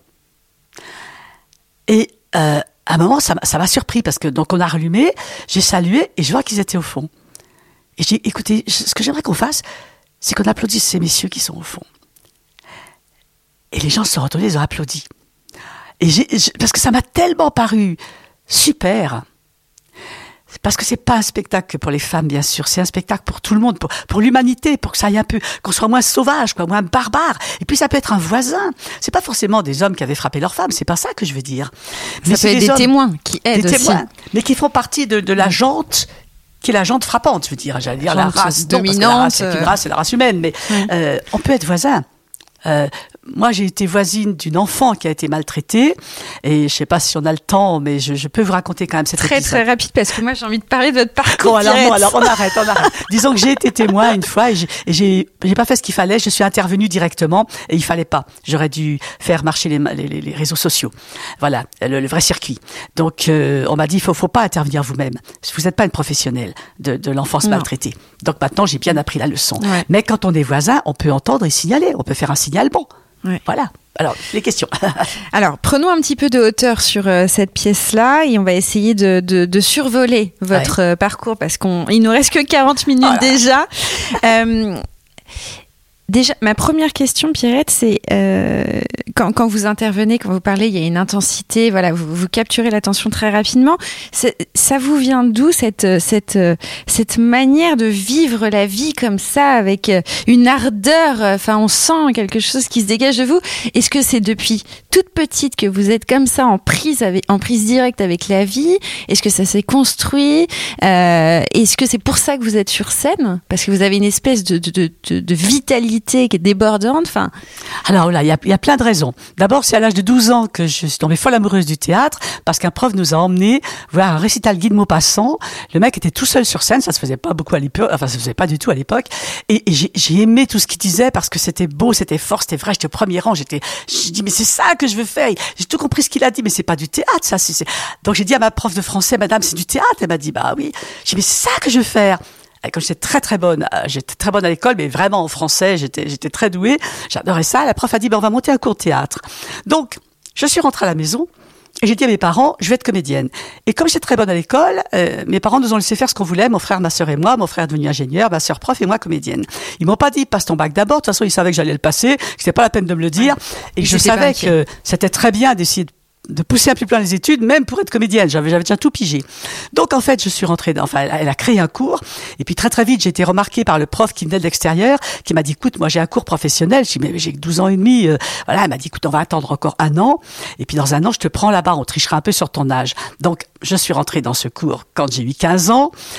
Et euh, à un moment, ça, ça m'a surpris parce que donc on a rallumé, j'ai salué et je vois qu'ils étaient au fond. Et j'ai dit, écoutez, ce que j'aimerais qu'on fasse, c'est qu'on applaudisse ces messieurs qui sont au fond. Et les gens se sont retournés, ils ont applaudi. Et j'ai, parce que ça m'a tellement paru super. Parce que c'est pas un spectacle que pour les femmes, bien sûr. C'est un spectacle pour tout le monde, pour, pour l'humanité, pour que ça aille un peu, qu'on soit moins sauvage, quoi, moins barbare. Et puis ça peut être un voisin. C'est pas forcément des hommes qui avaient frappé leur femme. C'est pas ça que je veux dire. Mais ça peut être des, des témoins qui aident des aussi. Témoins, mais qui font partie de, de la jante, qui est la jante frappante, je veux dire. J'allais dire jante la race dominante. Non, parce que la race, c'est une race, c'est la race humaine. Mais ouais. euh, on peut être voisin. Euh, moi, j'ai été voisine d'une enfant qui a été maltraitée, et je sais pas si on a le temps, mais je, je peux vous raconter quand même cette très épisode. très rapide parce que moi j'ai envie de parler de votre parcours. Bon, alors, bon, alors on arrête, on arrête. Disons que j'ai été témoin une fois et j'ai, et j'ai, j'ai pas fait ce qu'il fallait. Je suis intervenue directement et il fallait pas. J'aurais dû faire marcher les, les, les réseaux sociaux. Voilà, le, le vrai circuit. Donc euh, on m'a dit, faut, faut pas intervenir vous-même. Vous n'êtes pas une professionnelle de, de l'enfance non. maltraitée. Donc maintenant j'ai bien appris la leçon. Ouais. Mais quand on est voisin, on peut entendre et signaler. On peut faire un signalement. Ouais. Voilà. Alors, les questions. Alors, prenons un petit peu de hauteur sur euh, cette pièce-là et on va essayer de, de, de survoler votre ouais. euh, parcours parce qu'il nous reste que quarante minutes voilà. déjà. Euh, déjà, ma première question, Pierrette, c'est euh, quand, quand vous intervenez, quand vous parlez, il y a une intensité, voilà, vous, vous capturez l'attention très rapidement. C'est, ça vous vient d'où cette, cette, cette manière de vivre la vie comme ça, avec une ardeur, enfin, on sent quelque chose qui se dégage de vous. Est-ce que c'est depuis toute petite que vous êtes comme ça, en prise, avec, en prise directe avec la vie? Est-ce que ça s'est construit? euh, Est-ce que c'est pour ça que vous êtes sur scène? Parce que vous avez une espèce de, de, de, de, de vitalité qui est débordante. Enfin... Alors là, il y a, y a plein de raisons. D'abord, c'est à l'âge de douze ans que je suis tombée folle amoureuse du théâtre parce qu'un prof nous a emmenés voir un récital Guy de Maupassant. Le mec était tout seul sur scène, ça se faisait pas beaucoup à l'époque, enfin ça se faisait pas du tout à l'époque. Et, et j'ai, j'ai aimé tout ce qu'il disait parce que c'était beau, c'était fort, c'était vrai. J'étais au premier rang, j'étais, j'ai dit mais c'est ça que je veux faire. J'ai tout compris ce qu'il a dit, mais c'est pas du théâtre, ça. C'est, c'est... Donc j'ai dit à ma prof de français, madame, c'est du théâtre. Elle m'a dit bah oui. J'ai dit mais c'est ça que je veux faire. Et quand j'étais très très bonne, j'étais très bonne à l'école, mais vraiment en français, j'étais j'étais très douée. J'adorais ça. La prof a dit ben on va monter un cours de théâtre. Donc je suis rentrée à la maison. Et j'ai dit à mes parents, je vais être comédienne. Et comme j'étais très bonne à l'école, euh, mes parents nous ont laissé faire ce qu'on voulait, mon frère, ma sœur et moi. Mon frère est devenu ingénieur, ma sœur prof et moi comédienne. Ils m'ont pas dit, passe ton bac d'abord. De toute façon, ils savaient que j'allais le passer, que c'était pas la peine de me le dire. Ouais. Et que je savais que c'était très bien d'essayer de de pousser un peu plus loin les études, même pour être comédienne. J'avais, j'avais déjà tout pigé. Donc, en fait, je suis rentrée dans, enfin, elle a créé un cours. Et puis, très, très vite, j'ai été remarquée par le prof qui venait de l'extérieur, qui m'a dit, écoute, moi, j'ai un cours professionnel. Je dis, mais j'ai douze ans et demi. Euh, voilà, elle m'a dit, écoute, on va attendre encore un an. Et puis, dans un an, je te prends là-bas. On trichera un peu sur ton âge. Donc, je suis rentrée dans ce cours quand j'ai eu quinze ans.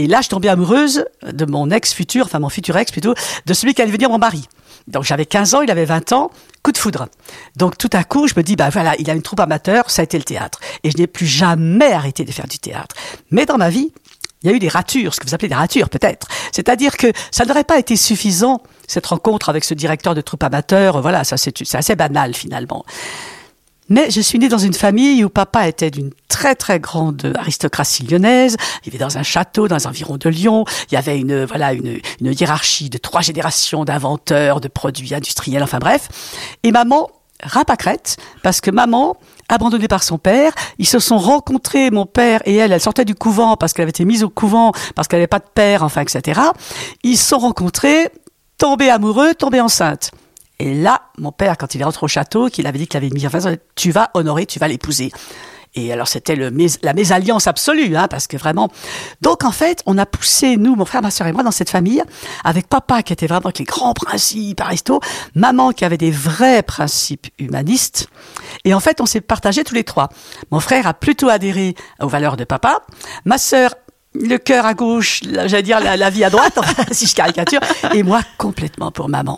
Et là, je tombais amoureuse de mon ex futur, enfin mon futur ex plutôt, de celui qui allait devenir mon mari. Donc j'avais quinze ans, il avait vingt ans, coup de foudre. Donc tout à coup, je me dis, bah voilà, il a une troupe amateur, ça a été le théâtre. Et je n'ai plus jamais arrêté de faire du théâtre. Mais dans ma vie, il y a eu des ratures, ce que vous appelez des ratures peut-être. C'est-à-dire que ça n'aurait pas été suffisant, cette rencontre avec ce directeur de troupe amateur, voilà, ça c'est, c'est assez banal finalement. Mais je suis née dans une famille où papa était d'une très très grande aristocratie lyonnaise. Il vivait dans un château dans les environs de Lyon. Il y avait une voilà une, une hiérarchie de trois générations d'inventeurs, de produits industriels, enfin bref. Et maman rapacrète parce que maman, abandonnée par son père, ils se sont rencontrés, mon père et elle, elle sortait du couvent parce qu'elle avait été mise au couvent, parce qu'elle n'avait pas de père, enfin, et cetera. Ils se sont rencontrés, tombés amoureux, tombés enceintes. Et là, mon père, quand il est rentré au château, qu'il avait dit qu'il avait mis en face, tu vas honorer, tu vas l'épouser. Et alors, c'était le més- la mésalliance absolue, hein, parce que vraiment... Donc, en fait, on a poussé, nous, mon frère, ma sœur et moi, dans cette famille, avec papa qui était vraiment avec les grands principes aristo, maman qui avait des vrais principes humanistes. Et en fait, on s'est partagés tous les trois. Mon frère a plutôt adhéré aux valeurs de papa. Ma sœur, le cœur à gauche, la, j'allais dire la, la vie à droite, enfin, si je caricature. Et moi, complètement pour maman.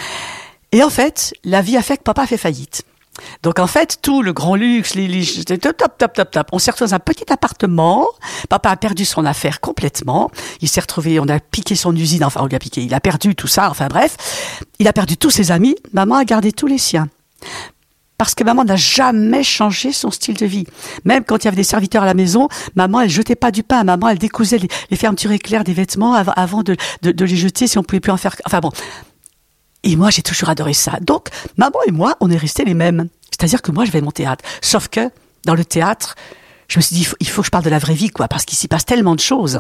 Et en fait, la vie a fait que papa a fait faillite. Donc en fait, tout le grand luxe, les, les top, top, top, top, top. On s'est retrouvé dans un petit appartement. Papa a perdu son affaire complètement. Il s'est retrouvé, on a piqué son usine, enfin on lui a piqué, il a perdu tout ça, enfin bref. Il a perdu tous ses amis. Maman a gardé tous les siens. Parce que maman n'a jamais changé son style de vie. Même quand il y avait des serviteurs à la maison, maman, elle jetait pas du pain. Maman, elle décousait les, les fermetures éclairs des vêtements avant, avant de, de, de les jeter si on pouvait plus en faire. Enfin bon. Et moi, j'ai toujours adoré ça. Donc, maman et moi, on est restés les mêmes. C'est-à-dire que moi, je vais à mon théâtre. Sauf que, dans le théâtre, je me suis dit, il faut, il faut que je parle de la vraie vie, quoi, parce qu'il s'y passe tellement de choses.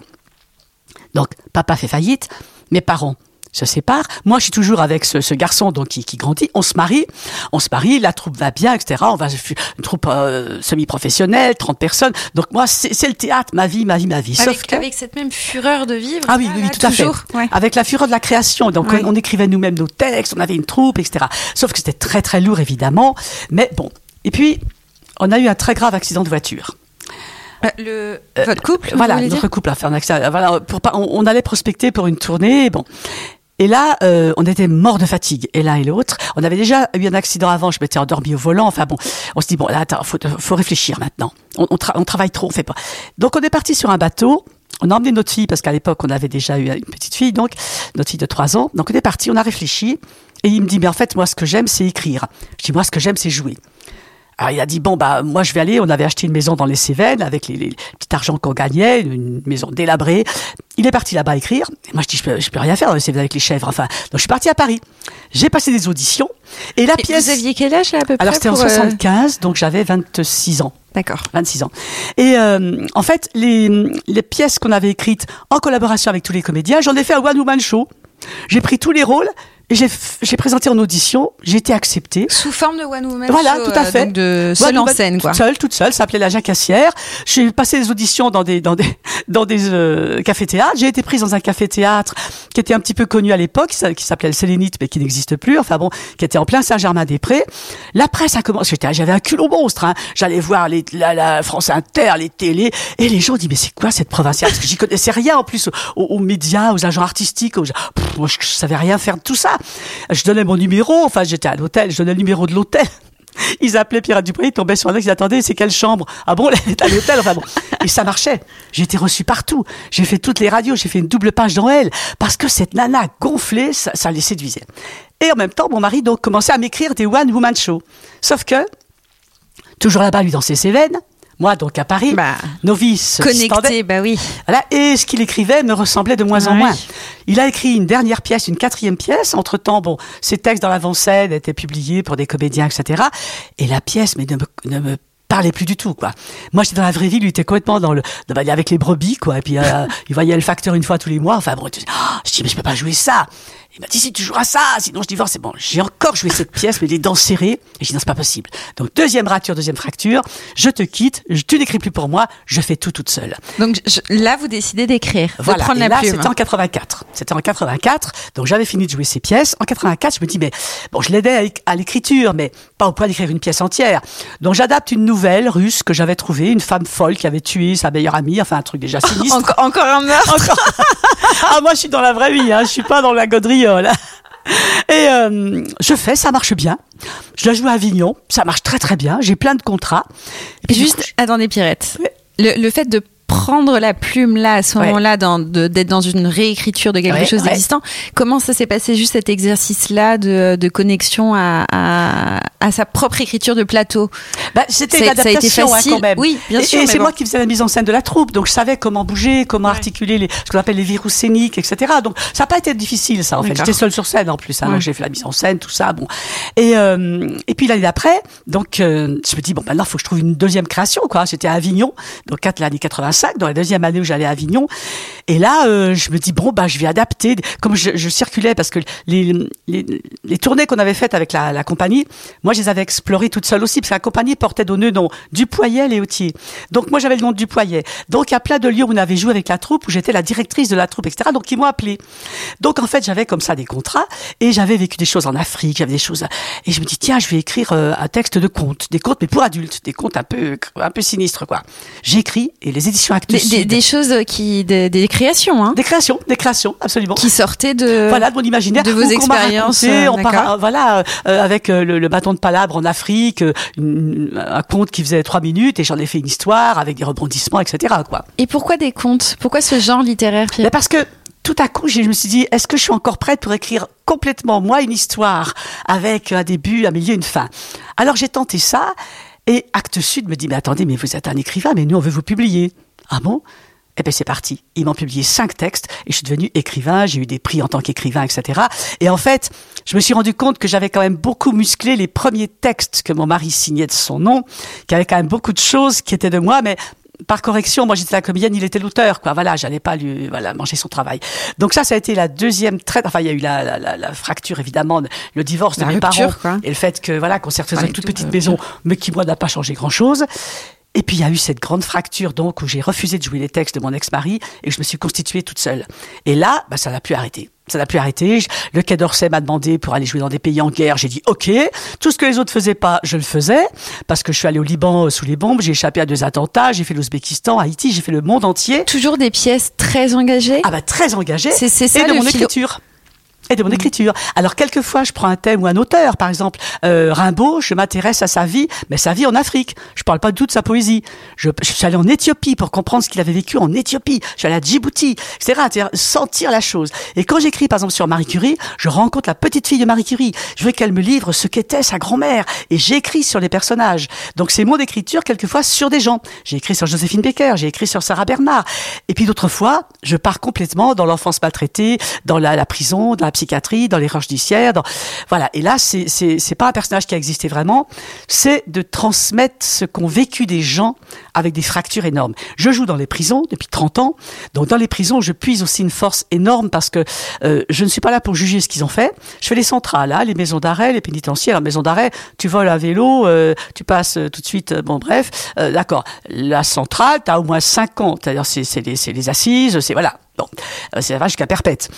Donc, papa fait faillite, mes parents se séparent. Moi, je suis toujours avec ce, ce garçon donc qui, qui grandit. On se marie, on se marie, la troupe va bien, et cetera. On va une troupe euh, semi-professionnelle, trente personnes. Donc moi, c'est, c'est le théâtre, ma vie, ma vie, ma vie. Sauf avec, que... avec cette même fureur de vivre. Ah oui, oui, oui, tout à fait. Ouais. Avec la fureur de la création. Donc ouais. on, on écrivait nous-mêmes nos textes, on avait une troupe, et cetera. Sauf que c'était très très lourd évidemment. Mais bon. Et puis, on a eu un très grave accident de voiture. Euh, le euh, votre couple, voilà, notre dire couple a fait un accident. Voilà, pour pas, on, on allait prospecter pour une tournée. Bon. Et là, euh, on était morts de fatigue, et l'un et l'autre. On avait déjà eu un accident avant, je m'étais endormi au volant. Enfin bon, on se dit, bon, là, attends, faut, faut réfléchir maintenant. On, on, tra- on travaille trop, on fait pas. Donc, on est parti sur un bateau. On a emmené notre fille, parce qu'à l'époque, on avait déjà eu une petite fille, donc, notre fille de trois ans. Donc, on est parti, on a réfléchi. Et il me dit, mais en fait, moi, ce que j'aime, c'est écrire. Je dis, moi, ce que j'aime, c'est jouer. Alors il a dit, bon, bah moi je vais aller, on avait acheté une maison dans les Cévennes avec les, les, les petits argents qu'on gagnait, une maison délabrée. Il est parti là-bas écrire. Et moi je dis, je peux, je peux rien faire dans les Cévennes avec les chèvres. Enfin, donc je suis parti à Paris. J'ai passé des auditions. Et la et pièce... Vous aviez quel âge là à peu près? Alors c'était en pour, soixante-quinze, euh... donc j'avais vingt-six ans. D'accord. vingt-six ans. Et euh, en fait, les, les pièces qu'on avait écrites en collaboration avec tous les comédiens, j'en ai fait un one-woman show. J'ai pris tous les rôles. Et j'ai, j'ai présenté en audition, j'ai été acceptée. Sous forme de one woman voilà, show. Voilà, tout à fait. Donc de seule en scène, quoi. Toute seule, toute seule. Ça s'appelait La Jacassière. J'ai passé des auditions dans des, dans des, dans des euh, cafés-théâtres. J'ai été prise dans un café-théâtre qui était un petit peu connu à l'époque, qui s'appelait le Sélénite, mais qui n'existe plus. Enfin bon, qui était en plein Saint-Germain-des-Prés. La presse a commencé. J'étais, j'avais un culot monstre, hein. J'allais voir les, la, la France Inter, les télés. Et les gens disent, mais c'est quoi cette provinciale? Parce que j'y connaissais rien, en plus, aux, aux médias, aux agents artistiques. Aux... Pff, moi, je, je savais rien faire de tout ça. Je donnais mon numéro, enfin j'étais à l'hôtel, je donnais le numéro de l'hôtel. Ils appelaient Pierre Dupré, ils tombaient sur un mec, ils attendaient, c'est quelle chambre? Ah bon, elle est à l'hôtel, enfin bon. Et ça marchait. J'ai été reçue partout. J'ai fait toutes les radios, j'ai fait une double page dans Elle, parce que cette nana gonflée, ça, ça les séduisait. Et en même temps, mon mari donc commençait à m'écrire des one-woman shows. Sauf que, toujours là-bas, lui, dans ses Cévennes, moi, donc, à Paris, bah, novice. Connecté, bah oui. Voilà. Et ce qu'il écrivait me ressemblait de moins en oui. moins. Il a écrit une dernière pièce, une quatrième pièce. Entre-temps, bon, ses textes dans l'avant-scène étaient publiés pour des comédiens, et cetera. Et la pièce, mais ne me, ne me parlait plus du tout, quoi. Moi, j'étais dans la vraie vie, lui était complètement dans le, dans, avec les brebis, quoi. Et puis, euh, il voyait le facteur une fois tous les mois. Enfin, bon, oh, je dis, mais je peux pas jouer ça. Il m'a dit, si tu joueras ça, sinon je divorce. C'est bon, j'ai encore joué cette pièce, mais les dents serrées. Et j'ai dit, non, c'est pas possible. Donc, deuxième rature, deuxième fracture. Je te quitte. Je, tu n'écris plus pour moi. Je fais tout toute seule. Donc, je, là, vous décidez d'écrire. Voilà. De prendre et la là, plume. c'était en quatre-vingt-quatre. C'était en quatre-vingt-quatre. Donc, j'avais fini de jouer ces pièces. En quatre-vingt-quatre, je me dis, mais bon, je l'aidais à, à l'écriture, mais pas au point d'écrire une pièce entière. Donc, j'adapte une nouvelle russe que j'avais trouvée, une femme folle qui avait tué sa meilleure amie. Enfin, un truc déjà sinistre. encore, encore un meurtre. Encore. Ah, moi, je suis dans la vraie vie, hein. Je suis pas dans la gaudriole. Et euh, je fais, ça marche bien. Je la joue à Avignon, ça marche très très bien. J'ai plein de contrats. Et puis juste, coup, je... attendez Pierrette, ouais. le, le fait de prendre la plume là, à ce moment-là, ouais. dans, de, d'être dans une réécriture de quelque ouais, chose ouais. d'existant, comment ça s'est passé, juste cet exercice-là de, de connexion à, à, à sa propre écriture de plateau? Bah, c'était une adaptation, hein, quand même. Oui, bien et, sûr. Et c'est bon. moi qui faisais la mise en scène de la troupe, donc je savais comment bouger, comment ouais. articuler les, ce qu'on appelle les virus scéniques, et cetera. Donc ça n'a pas été difficile, ça, en fait. J'étais seule sur scène, en plus, hein, ouais. donc j'ai fait la mise en scène, tout ça, bon. Et, euh, et puis l'année d'après, donc, euh, je me dis, bon, maintenant, il faut que je trouve une deuxième création, quoi. J'étais à Avignon, donc l'année quatre-vingt-cinq, dans la deuxième année où j'allais à Avignon. Et là, euh, je me dis, bon, bah, je vais adapter. Comme je, je circulais, parce que les, les, les tournées qu'on avait faites avec la, la compagnie, moi, je les avais explorées toute seule aussi, parce que la compagnie portait au nom Dupoyet Léautier. Donc, moi, j'avais le nom de Dupoyet. Donc, il y a plein de lieux où on avait joué avec la troupe, où j'étais la directrice de la troupe, et cetera. Donc, ils m'ont appelé. Donc, en fait, j'avais comme ça des contrats, et j'avais vécu des choses en Afrique, j'avais des choses, et je me dis, tiens, je vais écrire euh, un texte de contes, des contes, mais pour adultes, des contes un peu, un peu sinistres, quoi. J'écris, et les éditions Actes Sud. Des, des choses qui, des, des créations, hein. Des créations, des créations, absolument. Qui sortaient de, voilà, de mon imaginaire. de vos expériences. Euh, on part, voilà, euh, avec euh, le, le bâton de palabre en Afrique, euh, une, un conte qui faisait trois minutes, et j'en ai fait une histoire avec des rebondissements, et cetera, quoi. Et pourquoi des contes? Pourquoi ce genre littéraire, Pierre? Mais parce que, tout à coup, je me suis dit, est-ce que je suis encore prête pour écrire complètement, moi, une histoire avec un début, un milieu, une fin? Alors, j'ai tenté ça, et Actes Sud me dit, mais attendez, mais vous êtes un écrivain, mais nous, on veut vous publier. Ah bon? Eh ben c'est parti. Ils m'ont publié cinq textes et je suis devenu écrivain. J'ai eu des prix en tant qu'écrivain, et cetera. Et en fait, je me suis rendu compte que j'avais quand même beaucoup musclé les premiers textes que mon mari signait de son nom, qu'il y avait quand même beaucoup de choses qui étaient de moi, mais par correction, moi j'étais la comédienne, il était l'auteur, quoi. Voilà, j'allais pas lui, voilà, manger son travail. Donc ça, ça a été la deuxième traite. Enfin, il y a eu la, la, la, la fracture évidemment, le divorce la de mes rupture, parents quoi. Et le fait que voilà, qu'on s'est retrouvé dans une toute tout, petite euh, maison, mais qui moi n'a pas changé grand chose. Et puis il y a eu cette grande fracture donc où j'ai refusé de jouer les textes de mon ex-mari et je me suis constituée toute seule. Et là, bah, ça n'a plus arrêté. Ça n'a plus arrêté. Le Quai d'Orsay m'a demandé pour aller jouer dans des pays en guerre. J'ai dit OK. Tout ce que les autres faisaient pas, je le faisais parce que je suis allée au Liban sous les bombes. J'ai échappé à deux attentats. J'ai fait l'Ouzbékistan, Haïti. J'ai fait le monde entier. Toujours des pièces très engagées. Ah bah très engagées. C'est, c'est ça, et de le mon philo... écriture. Et de mon écriture. Alors, quelquefois, je prends un thème ou un auteur. Par exemple, euh, Rimbaud, je m'intéresse à sa vie, mais sa vie en Afrique. Je parle pas du tout de sa poésie. Je, je suis allé en Éthiopie pour comprendre ce qu'il avait vécu en Éthiopie. Je suis allé à Djibouti, et cetera. C'est-à-dire sentir la chose. Et quand j'écris, par exemple, sur Marie Curie, je rencontre la petite fille de Marie Curie. Je veux qu'elle me livre ce qu'était sa grand-mère. Et j'écris sur les personnages. Donc, c'est mon écriture, quelquefois, sur des gens. J'ai écrit sur Joséphine Baker, j'ai écrit sur Sarah Bernard. Et puis, d'autres fois, je pars complètement dans l'enfance maltraitée, dans la, la prison, dans la psychiatrie, dans l'erreur judiciaire, dans... voilà. Et là, c'est, c'est, c'est pas un personnage qui a existé vraiment, c'est de transmettre ce qu'ont vécu des gens avec des fractures énormes. Je joue dans les prisons depuis trente ans, donc dans les prisons, je puise aussi une force énorme parce que euh, je ne suis pas là pour juger ce qu'ils ont fait. Je fais les centrales, hein, les maisons d'arrêt, les pénitentiaires. La maison d'arrêt, tu voles à vélo, euh, tu passes euh, tout de suite, euh, bon bref, euh, d'accord. La centrale, t'as au moins cinq ans, c'est-à-dire c'est, c'est, les, c'est les assises, c'est voilà, bon, euh, c'est va jusqu'à perpète.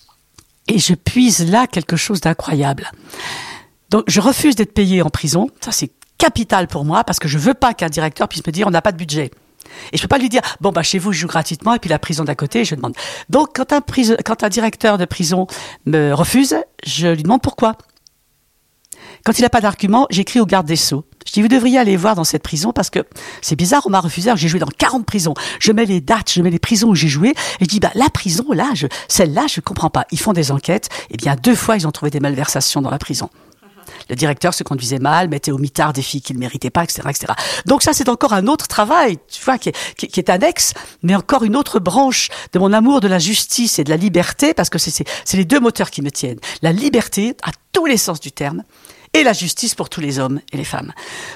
Et je puise là quelque chose d'incroyable. Donc, je refuse d'être payé en prison. Ça, c'est capital pour moi parce que je veux pas qu'un directeur puisse me dire on n'a pas de budget. Et je peux pas lui dire bon bah chez vous je joue gratuitement et puis la prison d'à côté je demande. Donc quand un pris- quand un directeur de prison me refuse, je lui demande pourquoi. Quand il n'a pas d'argument, j'écris au garde des Sceaux. Je dis, vous devriez aller voir dans cette prison parce que c'est bizarre, on m'a refusé. Alors, j'ai joué dans quarante prisons. Je mets les dates, je mets les prisons où j'ai joué. Et je dis, bah, la prison, là, je, celle-là, je comprends pas. Ils font des enquêtes. Eh bien, deux fois, ils ont trouvé des malversations dans la prison. Le directeur se conduisait mal, mettait au mitard des filles qu'il ne méritait pas, et cetera, et cetera. Donc ça, c'est encore un autre travail, tu vois, qui est, qui, qui est annexe, mais encore une autre branche de mon amour de la justice et de la liberté, parce que c'est, c'est, c'est les deux moteurs qui me tiennent. La liberté, à tous les sens du terme, et la justice pour tous les hommes et les femmes. Donc,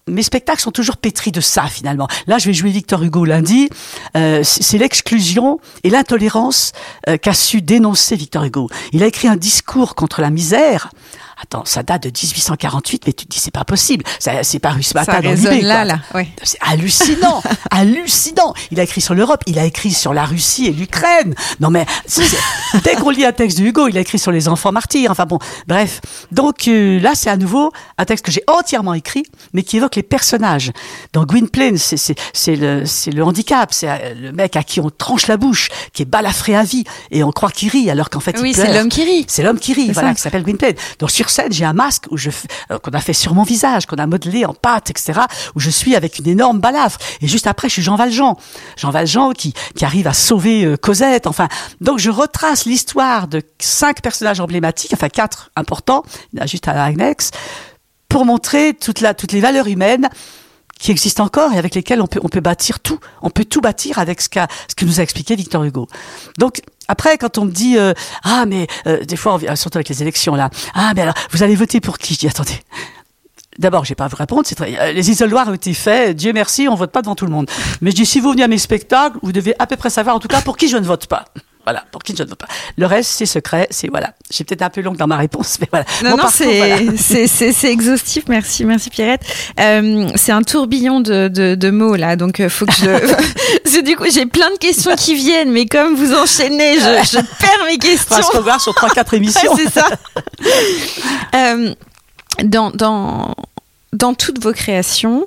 mes spectacles sont toujours pétris de ça, finalement. Là, je vais jouer Victor Hugo lundi. Euh, c'est l'exclusion et l'intolérance euh, qu'a su dénoncer Victor Hugo. Il a écrit un discours contre la misère. Attends, ça date de dix-huit cent quarante-huit, mais tu te dis, c'est pas possible. Ça, c'est paru ce matin ça dans l'I B. résonne là, là, ouais. C'est hallucinant, hallucinant. Il a écrit sur l'Europe, il a écrit sur la Russie et l'Ukraine. Non mais, c'est, c'est, dès qu'on lit un texte de Hugo, il a écrit sur les enfants martyrs. Enfin bon, bref. Donc euh, là, c'est à nouveau un texte que j'ai entièrement écrit, mais qui évoque les personnages. Dans Gwynplaine, c'est, c'est, c'est, le, c'est le handicap, c'est le mec à qui on tranche la bouche, qui est balafré à vie, et on croit qu'il rit, alors qu'en fait oui, il pleure. Oui, c'est l'homme qui rit. C'est l'homme qui rit, c'est voilà, ça. qui s'appelle Gwynplaine. Donc sur scène, j'ai un masque où je, euh, qu'on a fait sur mon visage, qu'on a modelé en pâte, et cetera, où je suis avec une énorme balafre. Et juste après, je suis Jean Valjean. Jean Valjean qui, qui arrive à sauver euh, Cosette. Enfin, donc je retrace l'histoire de cinq personnages emblématiques, enfin quatre importants, il y en a juste à l'annexe, pour montrer toute la, toutes les valeurs humaines qui existent encore et avec lesquelles on peut, on peut bâtir tout. On peut tout bâtir avec ce, qu'a, ce que nous a expliqué Victor Hugo. Donc, après, quand on me dit euh, ah mais euh, des fois, on, surtout avec les élections là, ah mais alors vous allez voter pour qui? Je dis attendez. D'abord, j'ai pas à vous répondre. C'est très... Les isoloirs ont été faits. Dieu merci, on vote pas devant tout le monde. Mais je dis si vous venez à mes spectacles, vous devez à peu près savoir en tout cas pour qui je ne vote pas. Voilà, pour qui je ne vote pas. Le reste, c'est secret. C'est voilà. J'ai peut-être un peu longue dans ma réponse, mais voilà. Non, Mon non, parcours, c'est, voilà. c'est, c'est, c'est exhaustif. Merci, merci Pierrette. Euh, c'est un tourbillon de, de, de mots là, donc euh, faut que je. Parce que du coup, j'ai plein de questions qui viennent, mais comme vous enchaînez, je, je perds mes questions. On va se revoir sur trois, quatre émissions. Ouais, c'est ça. euh, dans, dans, dans toutes vos créations.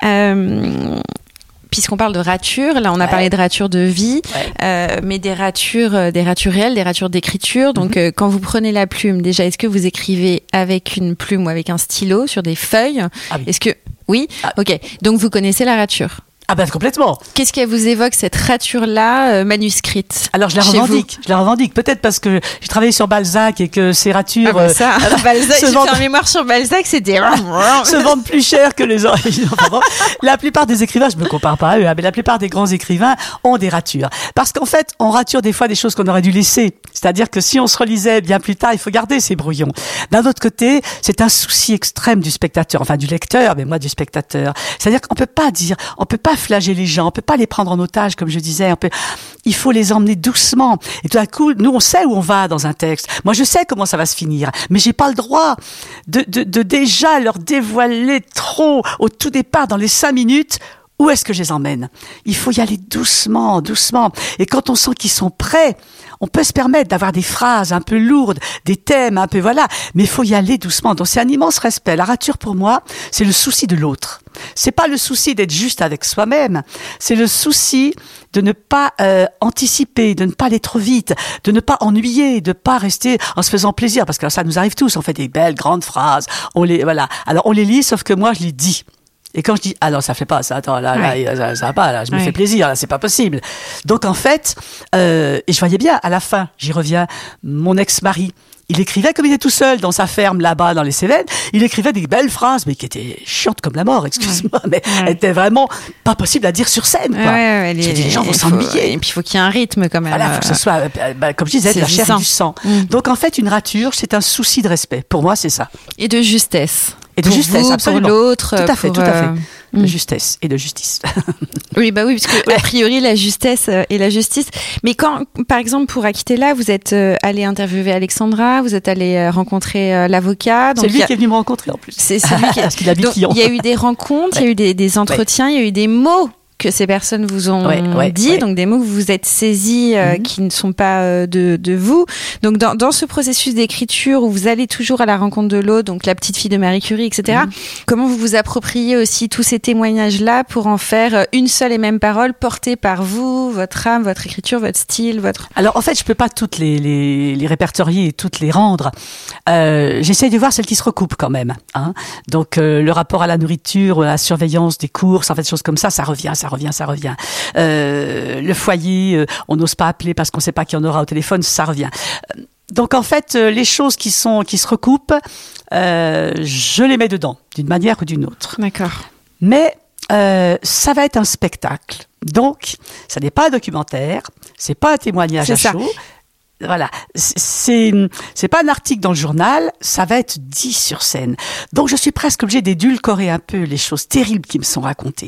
Euh, Puisqu'on parle de ratures, là on a ouais. parlé de ratures de vie, ouais. euh, mais des ratures, euh, des ratures réelles, des ratures d'écriture. Donc mm-hmm. euh, quand vous prenez la plume, déjà, est-ce que vous écrivez avec une plume ou avec un stylo sur des feuilles? Ah oui. Est-ce que oui ah. Ok. Donc vous connaissez la rature. Ah ben complètement. Qu'est-ce qu'elle vous évoque cette rature-là euh, manuscrite? Alors je la revendique, je la revendique. Peut-être parce que j'ai travaillé sur Balzac et que ces ratures. Ah ben ça, euh, Balzac, j'ai vendent... fait un mémoire sur Balzac, c'était se vendent plus cher que les originaux. La plupart des écrivains, je me compare pas à eux, mais la plupart des grands écrivains ont des ratures. Parce qu'en fait, on rature des fois des choses qu'on aurait dû laisser. C'est-à-dire que si on se relisait bien plus tard, il faut garder ces brouillons. D'un autre côté, c'est un souci extrême du spectateur, enfin du lecteur, mais moi du spectateur. C'est-à-dire qu'on peut pas dire, on peut pas flageller les gens. On peut pas les prendre en otage, comme je disais. On peut... Il faut les emmener doucement. Et tout à coup, nous, on sait où on va dans un texte. Moi, je sais comment ça va se finir, mais j'ai pas le droit de, de, de déjà leur dévoiler trop au tout départ, dans les cinq minutes. Où est-ce que je les emmène? Il faut y aller doucement, doucement. Et quand on sent qu'ils sont prêts, on peut se permettre d'avoir des phrases un peu lourdes, des thèmes un peu, voilà. Mais il faut y aller doucement. Donc c'est un immense respect. La rature, pour moi, c'est le souci de l'autre. C'est pas le souci d'être juste avec soi-même. C'est le souci de ne pas euh, anticiper, de ne pas aller trop vite, de ne pas ennuyer, de pas rester en se faisant plaisir. Parce que ça nous arrive tous. On fait des belles, grandes phrases. On les, voilà. Alors on les lit, sauf que moi, je les dis. Et quand je dis, ah non, ça fait pas ça, attends, là, ouais. là, ça, ça va pas, là, je me ouais. fais plaisir, là, c'est pas possible. Donc, en fait, euh, et je voyais bien, à la fin, j'y reviens, mon ex-mari, il écrivait comme il était tout seul dans sa ferme là-bas dans les Cévennes, il écrivait des belles phrases, mais qui étaient chiantes comme la mort, excuse-moi, ouais. mais ouais. étaient vraiment pas possibles à dire sur scène, quoi. Ouais, ouais, les, J'ai dit, les gens vont s'ennuyer. Et puis, il faut qu'il y ait un rythme, quand même. Voilà, il faut que ce soit, bah, comme je disais, de la chair et du sang. Mmh. Donc, en fait, une rature, c'est un souci de respect. Pour moi, c'est ça. Et de justesse. Et de pour justesse, vous, absolument. Pour l'autre. Tout à fait, pour, tout à fait. Euh... De justesse et de justice. Oui, bah oui, parce que ouais. a priori la justesse et la justice. Mais quand, par exemple, pour Aquitella, vous êtes euh, allé interviewer Alexandra, vous êtes allé euh, rencontrer euh, l'avocat. Donc c'est lui a... qui est venu me rencontrer en plus. C'est, c'est lui qui. Parce qu'il habite Lyon. Il y a eu des rencontres, il ouais. y a eu des, des entretiens, il ouais. y a eu des mots que ces personnes vous ont ouais, ouais, dit, ouais. donc des mots que vous vous êtes saisis euh, mm-hmm. qui ne sont pas euh, de, de vous. Donc dans, dans ce processus d'écriture où vous allez toujours à la rencontre de l'autre, donc la petite fille de Marie Curie, et cetera, mm-hmm. comment vous vous appropriez aussi tous ces témoignages-là pour en faire une seule et même parole portée par vous, votre âme, votre écriture, votre style, votre... Alors en fait, je peux pas toutes les, les, les répertorier et toutes les rendre. Euh, j'essaie de voir celles qui se recoupent quand même. Hein. Donc euh, le rapport à la nourriture, à la surveillance des courses, en fait, des choses comme ça, ça revient, ça Ça revient, ça revient. Euh, le foyer, euh, on n'ose pas appeler parce qu'on ne sait pas qui en aura au téléphone, ça revient. Donc en fait, euh, les choses qui sont qui se recoupent, euh, je les mets dedans, d'une manière ou d'une autre. D'accord. Mais euh, ça va être un spectacle. Donc, ça n'est pas un documentaire, c'est pas un témoignage c'est à ça. chaud. Voilà, c'est c'est pas un article dans le journal, ça va être dit sur scène. Donc je suis presque obligée d'édulcorer un peu les choses terribles qui me sont racontées.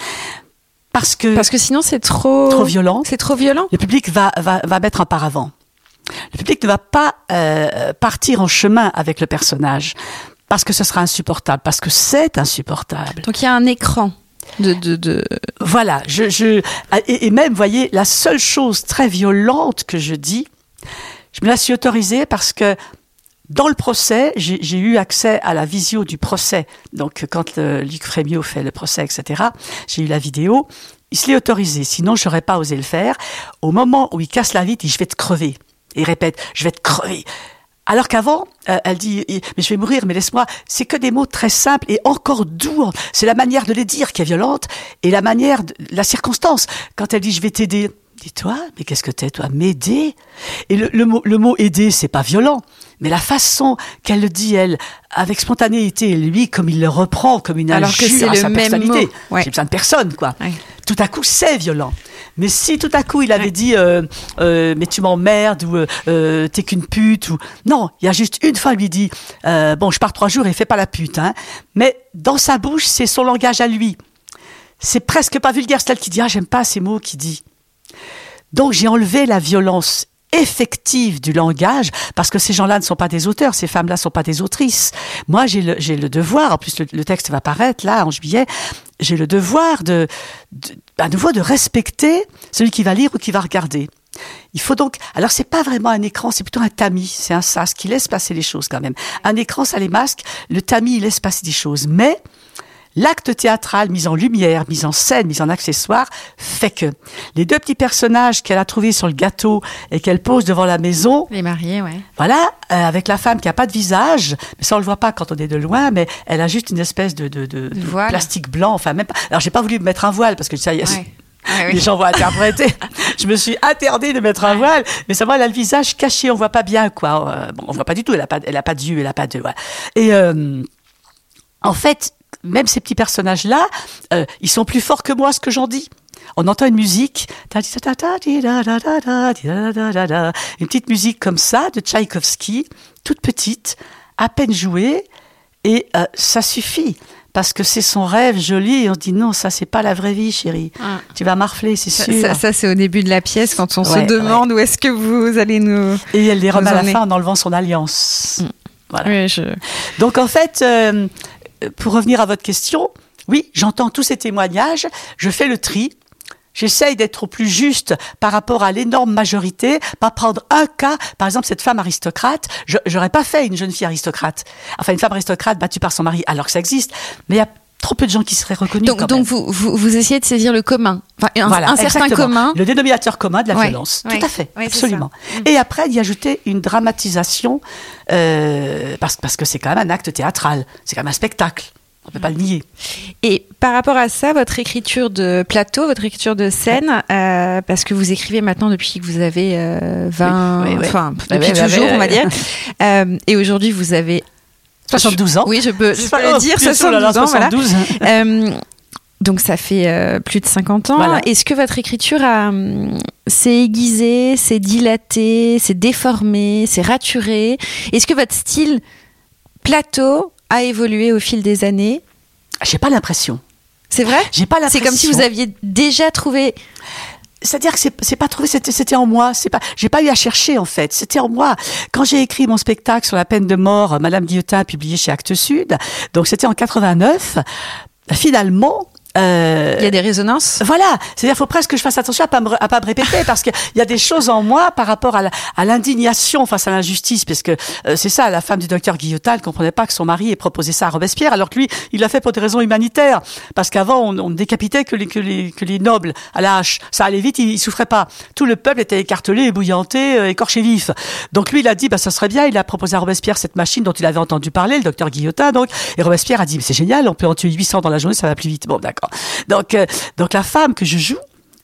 Parce que parce que sinon c'est trop trop violent. C'est trop violent. Le public va va va mettre un paravent. Le public ne va pas euh, partir en chemin avec le personnage parce que ce sera insupportable, parce que c'est insupportable. Donc il y a un écran. De, de, de... Voilà, je, je et, et même, vous voyez, la seule chose très violente que je dis, je me la suis autorisée parce que dans le procès, j'ai, j'ai eu accès à la visio du procès. Donc, quand le, Luc Frémiot fait le procès, et cetera, j'ai eu la vidéo. Il se l'est autorisé, sinon je n'aurais pas osé le faire. Au moment où il casse la vitre, il dit « je vais te crever ». Et il répète « je vais te crever ». Alors qu'avant, euh, elle dit « mais je vais mourir, mais laisse-moi ». C'est que des mots très simples et encore doux. C'est la manière de les dire qui est violente et la manière, de, la circonstance. Quand elle dit « je vais t'aider », dis-toi, mais qu'est-ce que t'es, toi, m'aider? Et le, le mot, le mot aider, c'est pas violent, mais la façon qu'elle le dit, elle, avec spontanéité, et lui, comme il le reprend, comme une alors que c'est à le sa même personnalité. Mot. Ouais. J'ai besoin de personne, quoi. Ouais. Tout à coup, c'est violent. Mais si tout à coup il avait ouais. dit euh, euh, mais tu m'emmerdes ou euh, t'es qu'une pute ou non, il y a juste une fois il lui dit euh, bon je pars trois jours et fais pas la pute, hein. Mais dans sa bouche c'est son langage à lui. C'est presque pas vulgaire, c'est elle qui dit ah j'aime pas ces mots qu'il dit. Donc j'ai enlevé la violence effective du langage, parce que ces gens-là ne sont pas des auteurs, ces femmes-là ne sont pas des autrices. Moi, j'ai le, j'ai le devoir, en plus le, le texte va paraître là en juillet, j'ai le devoir de, de, à nouveau de respecter celui qui va lire ou qui va regarder. Il faut donc, alors c'est pas vraiment un écran, c'est plutôt un tamis, c'est un sas qui laisse passer les choses quand même. Un écran, ça les masque, le tamis, il laisse passer des choses, mais l'acte théâtral, mis en lumière, mis en scène, mis en accessoire, fait que les deux petits personnages qu'elle a trouvés sur le gâteau et qu'elle pose devant la maison, les mariés, ouais. Voilà, euh, avec la femme qui a pas de visage, mais ça on le voit pas quand on est de loin, mais elle a juste une espèce de, de, de, de plastique blanc, enfin même pas. Alors j'ai pas voulu mettre un voile parce que ça y est. Ouais. Ah, oui. Les gens vont interpréter. Je me suis interdit de mettre un voile, mais ça va, elle a le visage caché, on voit pas bien quoi. Euh, bon, on voit pas du tout. Elle a pas, elle a pas d'yeux, elle a pas de. Voilà. Et euh, en fait. Même ces petits personnages-là, euh, ils sont plus forts que moi, ce que j'en dis. On entend une musique, une petite musique comme ça, de Tchaïkovski, toute petite, à peine jouée, et euh, ça suffit. Parce que c'est son rêve joli, et on se dit non, ça c'est pas la vraie vie, chérie. Ah. Tu vas marfler, c'est sûr. Ça, ça c'est au début de la pièce, quand on ouais, se demande ouais. où est-ce que vous allez nous... Et elle les remet à la fin en enlevant son alliance. Mm. Voilà. Oui, je... Donc en fait... Euh, pour revenir à votre question, oui, j'entends tous ces témoignages, je fais le tri, j'essaye d'être au plus juste par rapport à l'énorme majorité, pas prendre un cas, par exemple cette femme aristocrate, je j'aurais pas fait une jeune fille aristocrate, enfin une femme aristocrate battue par son mari, alors que ça existe, mais il y a trop peu de gens qui seraient reconnus. Donc, quand donc même. Vous, vous, vous essayez de saisir le commun, enfin, un, voilà, un certain exactement. commun. Le dénominateur commun de la ouais, violence. ouais, tout à fait, ouais, absolument. Et après, d'y ajouter une dramatisation, euh, parce, parce que c'est quand même un acte théâtral, c'est quand même un spectacle. On ne peut pas le nier. Et par rapport à ça, votre écriture de plateau, votre écriture de scène, euh, parce que vous écrivez maintenant depuis que vous avez euh, vingt, oui, oui, enfin, oui. depuis oui, toujours, oui, oui, on va dire. Euh, et aujourd'hui, vous avez... soixante-douze ans. Oui, je peux, je peux le dire, soixante-douze ans, soixante-douze. Voilà. euh, donc, ça fait euh, plus de cinquante ans. Voilà. Est-ce que votre écriture a, s'est aiguisée, s'est dilatée, s'est déformée, s'est raturée? Est-ce que votre style plateau a évolué au fil des années? J'ai pas l'impression. C'est vrai? J'ai pas l'impression. C'est comme si vous aviez déjà trouvé... C'est-à-dire que c'est, c'est pas trouvé, c'était, c'était en moi. C'est pas, j'ai pas eu à chercher, en fait. C'était en moi. Quand j'ai écrit mon spectacle sur la peine de mort, Madame Guillotin, publié chez Actes Sud, donc c'était en quatre-vingt-neuf, finalement, Euh, il y a des résonances. Voilà, c'est-à-dire faut presque que je fasse attention à pas me, à pas me répéter parce qu'il y a des choses en moi par rapport à, la, à l'indignation face à l'injustice, parce que euh, c'est ça, la femme du docteur Guillotin ne comprenait pas que son mari ait proposé ça à Robespierre, alors que lui, il l'a fait pour des raisons humanitaires, parce qu'avant on, on ne décapitait que les, que les que les nobles à la hache, ça allait vite, il, il souffrait pas. Tout le peuple était écartelé, ébouillanté, euh, écorché vif. Donc lui, il a dit, bah ça serait bien, il a proposé à Robespierre cette machine dont il avait entendu parler, le docteur Guillotin, donc, et Robespierre a dit, mais c'est génial, on peut en tuer huit cents dans la journée, ça va plus vite. Bon, d'accord. Donc, euh, donc la femme que je joue,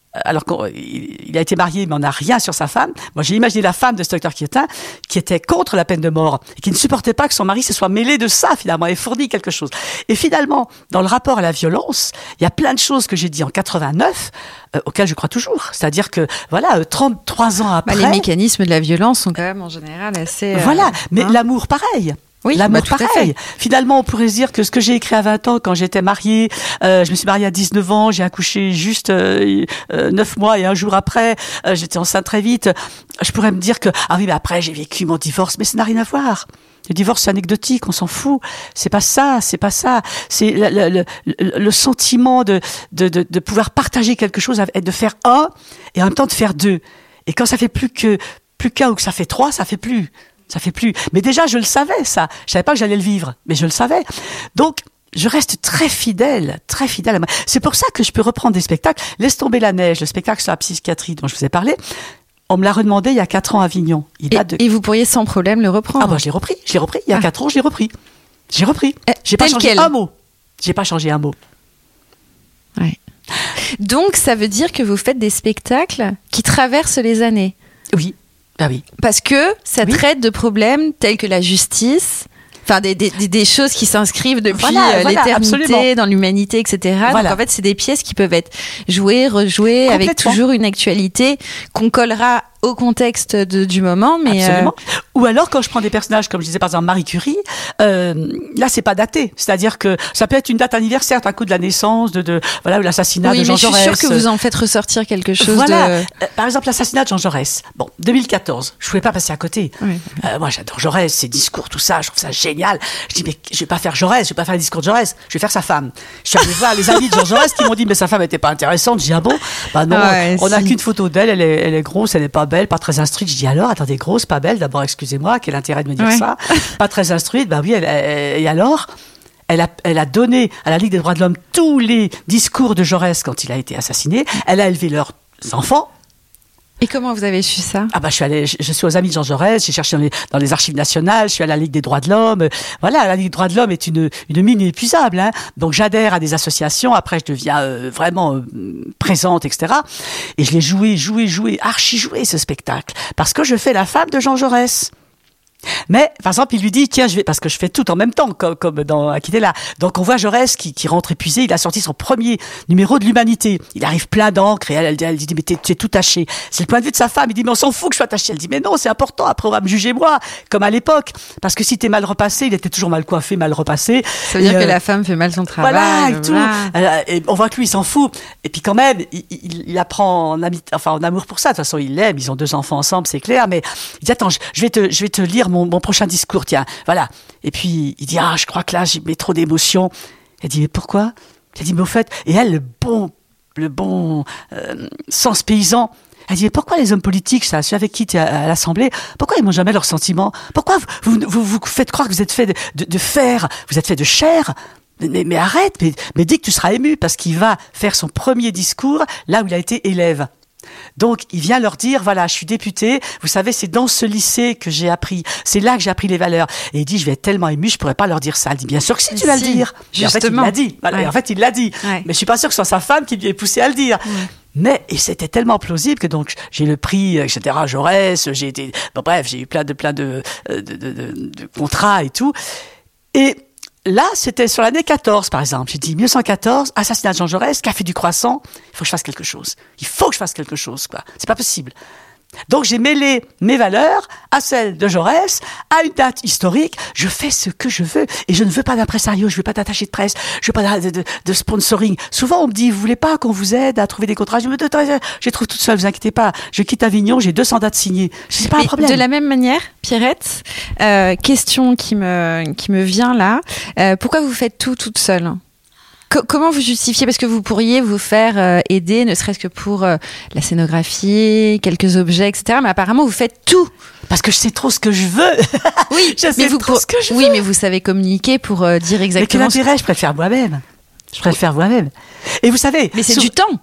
alors qu'il a été marié, mais on n'a rien sur sa femme. Moi, j'ai imaginé la femme de ce docteur Quietin, qui était contre la peine de mort, et qui ne supportait pas que son mari se soit mêlé de ça, finalement, et fourni quelque chose. Et finalement, dans le rapport à la violence, il y a plein de choses que j'ai dit en quatre-vingt-neuf, euh, auxquelles je crois toujours. C'est-à-dire que, voilà, euh, trente-trois ans après... Bah, les mécanismes de la violence sont quand même, en général, assez... Euh, voilà, mais hein. L'amour, pareil. Oui, l'amour, bah, pareil. Finalement, on pourrait se dire que ce que j'ai écrit à vingt ans, quand j'étais mariée, euh, je me suis mariée à dix-neuf ans, j'ai accouché juste euh, euh, neuf mois et un jour après, euh, j'étais enceinte très vite. Je pourrais me dire que, ah oui, mais après, j'ai vécu mon divorce, mais ça n'a rien à voir. Le divorce, c'est anecdotique, on s'en fout. C'est pas ça, c'est pas ça. C'est le, le, le, le sentiment de, de, de, de pouvoir partager quelque chose et de faire un, et en même temps de faire deux. Et quand ça fait plus que, plus qu'un ou que ça fait trois, ça fait plus. Ça fait plus. Mais déjà, je le savais, ça. Je savais pas que j'allais le vivre, mais je le savais. Donc, je reste très fidèle, très fidèle à moi. C'est pour ça que je peux reprendre des spectacles. Laisse tomber la neige, le spectacle sur la psychiatrie dont je vous ai parlé. On me l'a redemandé il y a quatre ans à Avignon. Il et, date de... et vous pourriez sans problème le reprendre. Ah bah, je l'ai repris. Je l'ai repris. Il y a ah. quatre ans, je l'ai repris. J'ai repris. Euh, J'ai pas changé quel un mot. J'ai pas changé un mot. Ouais. Donc, ça veut dire que vous faites des spectacles qui traversent les années. Oui. Ah oui. Parce que ça oui. traite de problèmes tels que la justice, enfin des, des, des choses qui s'inscrivent depuis voilà, euh, voilà, l'éternité, absolument. dans l'humanité, et cetera. Voilà. Donc en fait, c'est des pièces qui peuvent être jouées, rejouées, avec toujours une actualité qu'on collera au contexte de, du moment. Mais absolument. Euh... Ou alors, quand je prends des personnages, comme je disais par exemple Marie Curie, euh, là, c'est pas daté. C'est-à-dire que ça peut être une date anniversaire, un coup de la naissance, de, de voilà, ou l'assassinat oui, de Jean Jaurès. Oui, mais je suis sûre que vous en faites ressortir quelque chose voilà. de... Euh, par exemple, l'assassinat de Jean Jaurès. Bon, deux mille quatorze. Je pouvais pas passer à côté. Oui. Euh, moi, j'adore Jaurès, ses discours, tout ça. Je trouve ça génial. Je dis, mais je vais pas faire Jaurès, je vais pas faire les discours de Jaurès. Je vais faire sa femme. Je suis allée voir les amis de Jean Jaurès qui m'ont dit, mais sa femme était pas intéressante. Je dis, ah bon? Bah non, ouais, on si. a qu'une photo d'elle. Elle est, elle est grosse, elle est pas belle, pas très instruite. Je dis, alors, attendez, grosse, pas belle. D'abord, excusez-moi, quel intérêt de me dire ouais. ça? Pas très instruite. Bah oui, elle, elle, et alors? Elle a, elle a donné à la Ligue des droits de l'homme tous les discours de Jaurès quand il a été assassiné. Elle a élevé leurs enfants. Et comment vous avez su ça? Ah bah je suis allée, je, je suis aux amis de Jean Jaurès, j'ai cherché dans les, dans les archives nationales, je suis à la Ligue des droits de l'homme. Voilà, la Ligue des droits de l'homme est une, une mine inépuisable. Hein. Donc j'adhère à des associations, après je deviens euh, vraiment euh, présente, et cetera. Et je l'ai joué, joué, joué, archi joué ce spectacle, parce que je fais la femme de Jean Jaurès. Mais, par exemple, il lui dit, tiens, je vais, parce que je fais tout en même temps, comme, comme dans Aquitella. Donc, on voit Jaurès qui, qui rentre épuisé. Il a sorti son premier numéro de l'Humanité. Il arrive plein d'encre et elle, elle, elle dit, mais t'es, tu es tout taché. C'est le point de vue de sa femme. Il dit, mais on s'en fout que je sois taché. Elle dit, mais non, c'est important. Après, on va me juger moi, comme à l'époque. Parce que si t'es mal repassé, il était toujours mal coiffé, mal repassé. Ça veut et dire euh, que la femme fait mal son travail. Voilà, et tout. Voilà. Et on voit que lui, il s'en fout. Et puis, quand même, il, il, il apprend en ami, enfin, en amour pour ça. De toute façon, il l'aime. Ils ont deux enfants ensemble, c'est clair. Mais il dit, attends, je, je vais te, je vais te lire mon, mon prochain discours. Tiens, voilà. Et puis, il dit, ah, je crois que là, j'y mets trop d'émotions. Elle dit, mais pourquoi? Elle dit, mais au fait, et elle, le bon, le bon euh, sens paysan, elle dit, mais pourquoi les hommes politiques, ça, ceux avec qui tu es à, à l'Assemblée, pourquoi ils n'ont jamais leurs sentiments? Pourquoi vous, vous, vous, vous faites croire que vous êtes fait de, de, de fer, vous êtes fait de chair? Mais, mais arrête, mais, mais dis que tu seras ému, parce qu'il va faire son premier discours là où il a été élève. Donc, il vient leur dire, voilà, je suis député, vous savez, c'est dans ce lycée que j'ai appris, c'est là que j'ai appris les valeurs. Et il dit, je vais être tellement ému, je pourrais pas leur dire ça. Elle dit, bien sûr que si, tu vas si, le dire. Et en fait, il l'a dit. Voilà. Ouais. Et en fait, il l'a dit. Ouais. Mais je suis pas sûr que ce soit sa femme qui lui ait poussé à le dire. Ouais. Mais, et c'était tellement plausible que donc, j'ai le prix, et cetera, Jaurès, j'ai été, bon, bref, j'ai eu plein de, plein de, de, de, de, de contrats et tout. Et, là, c'était sur l'année quatorze, par exemple. J'ai dit, mille neuf cent quatorze, assassinat de Jean Jaurès, café du croissant. Il faut que je fasse quelque chose. Il faut que je fasse quelque chose, quoi. C'est pas possible. Donc, j'ai mêlé mes valeurs à celles de Jaurès, à une date historique. Je fais ce que je veux. Et je ne veux pas d'impresario, je veux pas d'attaché de presse, je veux pas de, de, de sponsoring. Souvent, on me dit, vous voulez pas qu'on vous aide à trouver des contrats? Je me dis, je les trouve toute seule, vous inquiétez pas. Je quitte Avignon, j'ai deux cents dates signées. C'est pas Mais un problème. De la même manière, Pierrette, euh, question qui me, qui me vient là. Euh, pourquoi vous faites tout toute seule? Comment vous justifiez? Parce que vous pourriez vous faire euh, aider, ne serait-ce que pour euh, la scénographie, quelques objets, et cetera. Mais apparemment, vous faites tout. Parce que je sais trop ce que je veux. Oui, je sais mais vous trop pour... ce que je oui, veux. mais vous savez communiquer pour euh, dire exactement. Mais quel intérêt? Je préfère moi-même. Je préfère moi-même. Et vous savez. Mais c'est sur... du temps.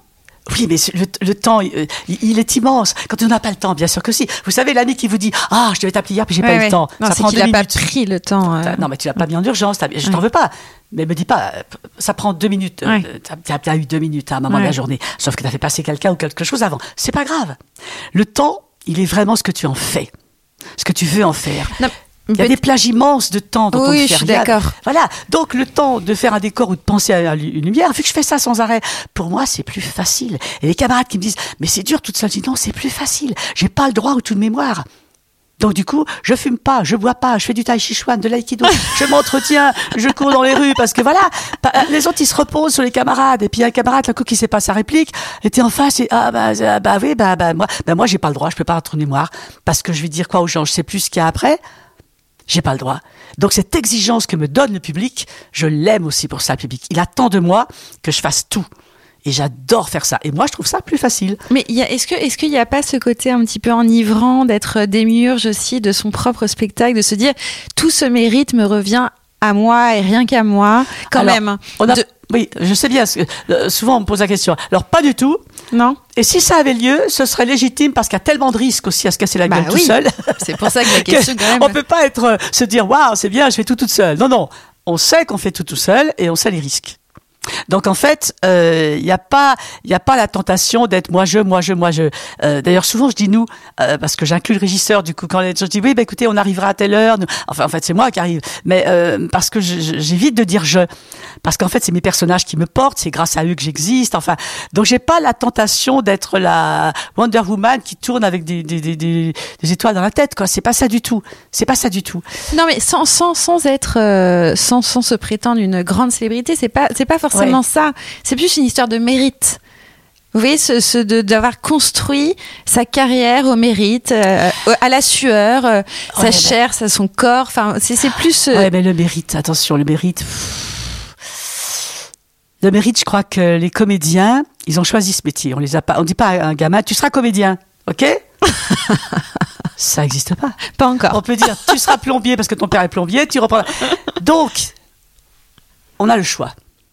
Oui, mais le, le temps, il, il est immense. Quand on n'a pas le temps, bien sûr que si. Vous savez, l'ami qui vous dit « Ah, je devais t'appeler hier, puis j'ai ouais, pas eu ouais. le temps. » Non, Ça c'est prend qu'il deux n'a pas minutes. pris le temps. Euh... Non, mais tu l'as pas mis en urgence. Je ouais. t'en veux pas. Mais me dis pas, ça prend deux minutes. Ouais. Tu as, as eu deux minutes à un moment ouais. de la journée. Sauf que tu as fait passer quelqu'un ou quelque chose avant. C'est pas grave. Le temps, il est vraiment ce que tu en fais. Ce que tu veux en faire. Non. Il y a des plages immenses de temps dont oui, on ne fait je suis rien. d'accord. Voilà. Donc, le temps de faire un décor ou de penser à une lumière, vu que je fais ça sans arrêt, pour moi, c'est plus facile. Et les camarades qui me disent, mais c'est dur toute seule, je dis non, c'est plus facile. J'ai pas le droit au tout de mémoire. Donc, du coup, je fume pas, je bois pas, je fais du tai chi chuan, de l'aïkido, je m'entretiens, je cours dans les rues parce que voilà, les autres, ils se reposent sur les camarades. Et puis, un camarade, là, qui sait pas sa réplique, était en face et, ah, bah, bah, oui, bah, bah, moi, bah, moi, j'ai pas le droit, je peux pas avoir de mémoire parce que je vais dire quoi aux gens, je sais plus ce qu'il y a après. J'ai pas le droit. Donc cette exigence que me donne le public, je l'aime aussi pour ça, le public. Il attend de moi que je fasse tout. Et j'adore faire ça. Et moi, je trouve ça plus facile. Mais y a, est-ce que, est-ce qu'il n'y a pas ce côté un petit peu enivrant d'être démiurge aussi de son propre spectacle, de se dire tout ce mérite me revient à moi et rien qu'à moi, quand Alors, même. On a, de... Oui, je sais bien. Euh, souvent, on me pose la question. Alors, pas du tout. Non. Et si ça avait lieu, ce serait légitime parce qu'il y a tellement de risques aussi à se casser la gueule bah tout oui. seul. C'est pour ça que la question, que quand même. On peut pas être, euh, se dire, waouh, c'est bien, je fais tout toute seule. Non, non. On sait qu'on fait tout tout seul et on sait les risques. Donc en fait, il euh, y a pas, il y a pas la tentation d'être moi je, moi je, moi je. Euh, d'ailleurs souvent je dis nous euh, parce que j'inclus le régisseur. Du coup quand les gens disent oui, bah écoutez, on arrivera à telle heure. Nous... Enfin en fait c'est moi qui arrive, mais euh, parce que je, je, j'évite de dire je, parce qu'en fait c'est mes personnages qui me portent, c'est grâce à eux que j'existe. Enfin donc j'ai pas la tentation d'être la Wonder Woman qui tourne avec des des, des, des, des étoiles dans la tête quoi. C'est pas ça du tout. C'est pas ça du tout. Non mais sans sans sans être euh, sans sans se prétendre une grande célébrité, c'est pas c'est pas forcément ouais. ça. C'est plus une histoire de mérite. Vous voyez, ce, ce de, d'avoir construit sa carrière au mérite, euh, à la sueur, euh, sa ouais, chair, ben... son corps. Enfin, c'est, c'est plus. Euh... Ouais, mais le mérite. Attention, le mérite. Le mérite, je crois que les comédiens, ils ont choisi ce métier. On les a pas. On dit pas à un gamin, tu seras comédien, ok? Ça n'existe pas. Pas encore. On peut dire, tu seras plombier parce que ton père est plombier. Tu reprends. Donc, on a le choix.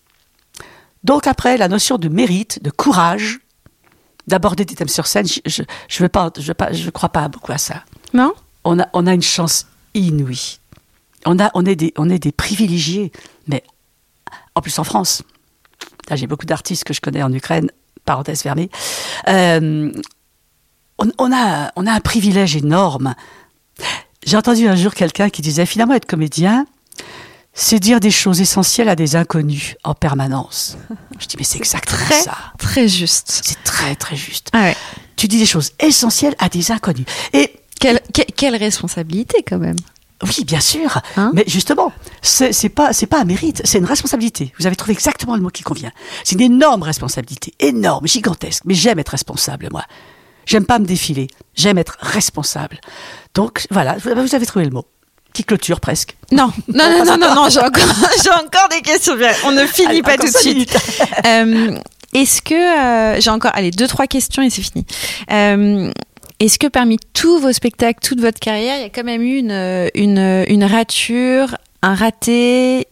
Donc après, la notion de mérite, de courage, d'aborder des thèmes sur scène, je je veux pas, je veux pas, je crois pas beaucoup à ça. Non. On a on a une chance inouïe. On a on est des on est des privilégiés, mais en plus en France. Là, j'ai beaucoup d'artistes que je connais en Ukraine, parenthèse fermée. Euh, on, on a on a un privilège énorme. J'ai entendu un jour quelqu'un qui disait finalement être comédien, c'est dire des choses essentielles à des inconnus en permanence. Je dis, mais c'est exactement très, ça. Très juste. C'est très, très juste. Ah ouais. Tu dis des choses essentielles à des inconnus. Et quelle, quelle, quelle responsabilité, quand même. Oui, bien sûr. Hein? Mais justement, c'est, c'est pas, c'est pas un mérite, c'est une responsabilité. Vous avez trouvé exactement le mot qui convient. C'est une énorme responsabilité. Énorme, gigantesque. Mais j'aime être responsable, moi. J'aime pas me défiler. J'aime être responsable. Donc, voilà, vous avez trouvé le mot. Qui clôture presque. Non, non, non, non, non, non, j'ai encore, j'ai encore des questions. On ne finit allez, pas tout de suite. euh, est-ce que euh, j'ai encore, allez, deux, trois questions et c'est fini. Euh, est-ce que parmi tous vos spectacles, toute votre carrière, il y a quand même eu une, une, une rature, un raté,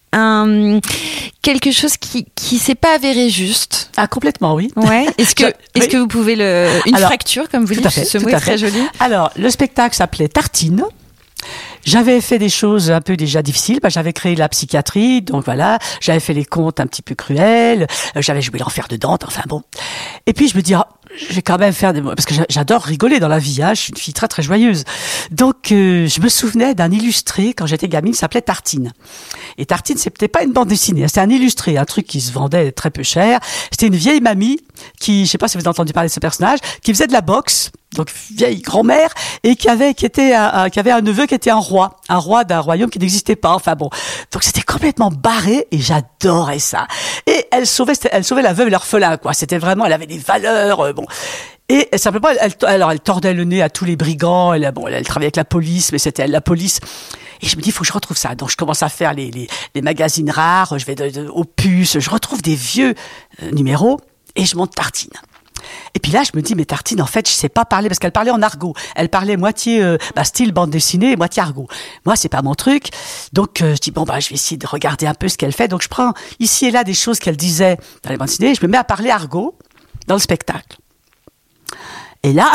un quelque chose qui qui s'est pas avéré juste? Ah, complètement, oui. Ouais. Est-ce que, est-ce oui. que vous pouvez le, une Alors, fracture, comme vous dites, fait, ce mot est très joli. Alors, le spectacle s'appelait Tartine. J'avais fait des choses un peu déjà difficiles. Bah, j'avais créé la psychiatrie, donc voilà. J'avais fait les contes un petit peu cruels. Euh, j'avais joué l'enfer de Dante. Enfin bon. Et puis je me dis, ah, je vais quand même faire des parce que j'adore rigoler dans la vie. Hein. Je suis une fille très très joyeuse. Donc euh, je me souvenais d'un illustré quand j'étais gamine, il s'appelait Tartine. Et Tartine, c'était pas une bande dessinée, c'était un illustré, un truc qui se vendait très peu cher. C'était une vieille mamie qui, je sais pas si vous avez entendu parler de ce personnage, qui faisait de la boxe. Donc vieille grand-mère et qui avait qui était un, un, qui avait un neveu qui était un roi, un roi d'un royaume qui n'existait pas. Enfin bon, donc c'était complètement barré et j'adorais ça. Et elle sauvait, elle sauvait la veuve et l'orphelin quoi. C'était vraiment, elle avait des valeurs. Euh, bon. Et simplement, elle, elle, alors elle tordait le nez à tous les brigands. Elle, bon, elle, elle travaillait avec la police, mais c'était elle la police. Et je me dis, il faut que je retrouve ça. Donc je commence à faire les les, les magazines rares. Je vais de, de, aux puces. Je retrouve des vieux euh, numéros et je monte Tartine. Et puis là, je me dis, mais Tartine, en fait, je sais pas parler parce qu'elle parlait en argot. Elle parlait moitié euh, bah, style bande dessinée, moitié argot. Moi, c'est pas mon truc. Donc, euh, je dis bon bah, je vais essayer de regarder un peu ce qu'elle fait. Donc, je prends ici et là des choses qu'elle disait dans les bandes dessinées. Je me mets à parler argot. dans le spectacle. Et là,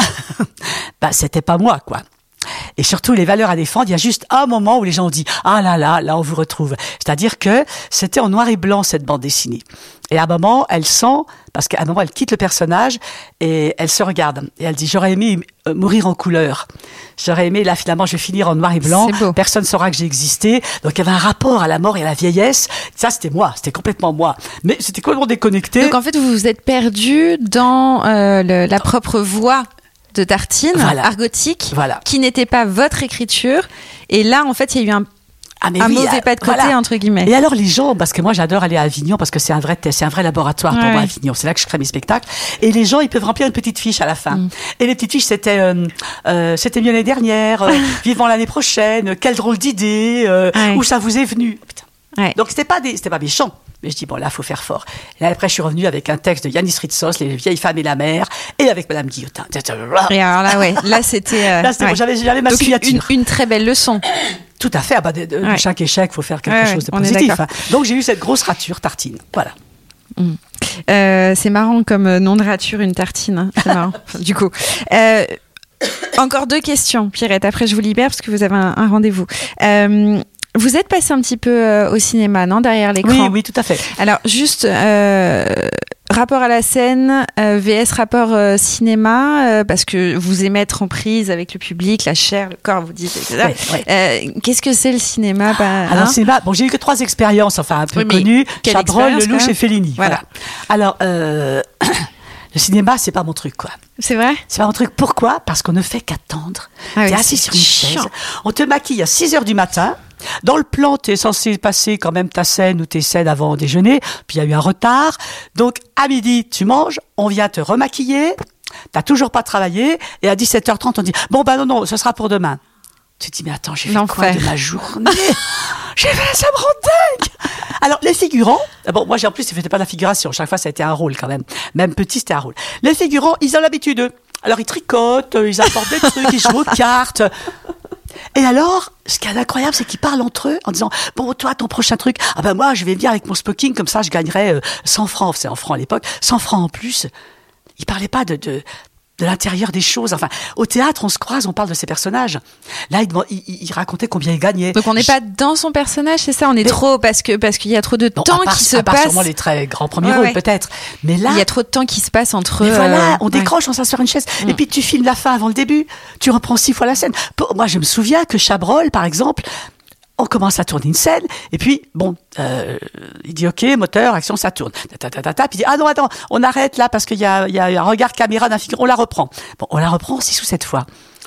bah, c'était pas moi, quoi. Et surtout, les valeurs à défendre, il y a juste un moment où les gens ont dit « Ah là là, là on vous retrouve ». C'est-à-dire que c'était en noir et blanc, cette bande dessinée. Et à un moment, elle sent, parce qu'à un moment, elle quitte le personnage et elle se regarde. Et elle dit « J'aurais aimé mourir en couleur. J'aurais aimé, là, finalement, je vais finir en noir et blanc. Personne ne saura que j'ai existé. » Donc, il y avait un rapport à la mort et à la vieillesse. Ça, c'était moi. C'était complètement moi. Mais c'était complètement déconnecté. Donc, en fait, vous vous êtes perdu dans euh, le, la propre voix de Tartine, voilà. argotique, voilà. qui n'était pas votre écriture. Et là, en fait, il y a eu un, ah mais un oui, mauvais pas de côté, voilà. entre guillemets. Et alors, les gens, parce que moi, j'adore aller à Avignon, parce que c'est un vrai test, c'est un vrai laboratoire pour ouais. moi, Avignon. C'est là que je crée mes spectacles. Et les gens, ils peuvent remplir une petite fiche à la fin. Mm. Et les petites fiches, c'était, euh, euh, c'était mieux l'année dernière, euh, vivant l'année prochaine, quelle drôle d'idée, euh, ouais. où ça vous est venu. Putain. Ouais. Donc, c'était pas des, c'était pas méchant. Mais je dis, bon, là, faut faire fort. Et là, après, je suis revenue avec un texte de Yanis Ritsos, Les vieilles femmes et la mer, et avec Madame Guillotin. Et alors là, ouais, là, c'était, euh, là, c'était ouais. bon, j'avais, j'avais ma Donc, signature. Une, une très belle leçon. Tout à fait. Ah bah, de, de, ouais. de chaque échec, faut faire quelque ouais, chose de on positif. Hein. Donc, j'ai eu cette grosse rature tartine. Voilà. Mmh. Euh, c'est marrant comme nom de rature, une tartine. Hein. C'est marrant. Du coup. Euh, encore deux questions, Pierrette. Après, je vous libère parce que vous avez un, un rendez-vous. Euh, Vous êtes passé un petit peu euh, au cinéma, non, derrière l'écran? Oui, oui, tout à fait. Alors, juste euh, rapport à la scène, euh, V S rapport euh, cinéma, euh, parce que vous aimez être en prise avec le public, la chair, le corps, vous dites, et cetera. Oui, oui. Euh, qu'est-ce que c'est le cinéma? bah, Alors, hein cinéma, bon, j'ai eu que trois expériences, enfin un peu oui, connues. Chabrol, Lelouch et Fellini. Voilà. voilà. Alors, euh, le cinéma, c'est pas mon truc, quoi. C'est vrai? C'est pas mon truc. Pourquoi? Parce qu'on ne fait qu'attendre. Ah T'es oui, assis sur une chaise, on te maquille à six heures du matin. Dans le plan, tu es censé passer quand même ta scène ou tes scènes avant déjeuner, puis il y a eu un retard. Donc, à midi, tu manges, on vient te remaquiller, t'as toujours pas travaillé, et à dix-sept heures trente, on dit « Bon, ben non, non, ce sera pour demain. » Tu te dis « Mais attends, j'ai fait L'enfer. quoi de ma journée ?» J'ai fait, ça me rend dingue. Alors, les figurants, bon, moi, j'ai en plus, c'était pas de la figuration. Chaque fois, ça a été un rôle quand même. Même petit, c'était un rôle. Les figurants, ils ont l'habitude, eux. Alors, ils tricotent, ils apportent des trucs, ils jouent aux cartes. Et alors, ce qui est incroyable, c'est qu'ils parlent entre eux en disant « Bon, toi, ton prochain truc, ah ben moi, je vais venir avec mon smoking, comme ça, je gagnerai euh, cent francs. » C'est en francs à l'époque. cent francs en plus. Ils parlaient pas de... de de l'intérieur des choses. Enfin, au théâtre, on se croise, on parle de ces personnages. Là, il, il, il racontait combien il gagnait. Donc, on n'est pas dans son personnage, c'est ça? On est mais, trop, parce que, parce qu'il y a trop de non, temps part, qui se à part passe. Sûrement les très grands premiers ouais, rôles, ouais. peut-être. Mais là. Il y a trop de temps qui se passe entre eux. Mais voilà, euh, on décroche, ouais. on s'assoit sur une chaise. Mm. Et puis, tu filmes la fin avant le début. Tu reprends six fois la scène. Pour, moi, je me souviens que Chabrol, par exemple, on commence à tourner une scène, et puis, bon, euh, il dit, OK, moteur, action, ça tourne. Ta, ta, ta, ta, puis il dit, ah non, attends, on arrête là, parce qu'il y a, il y a un regard caméra d'un figurant, on la reprend. Bon, on la reprend six ou sept fois.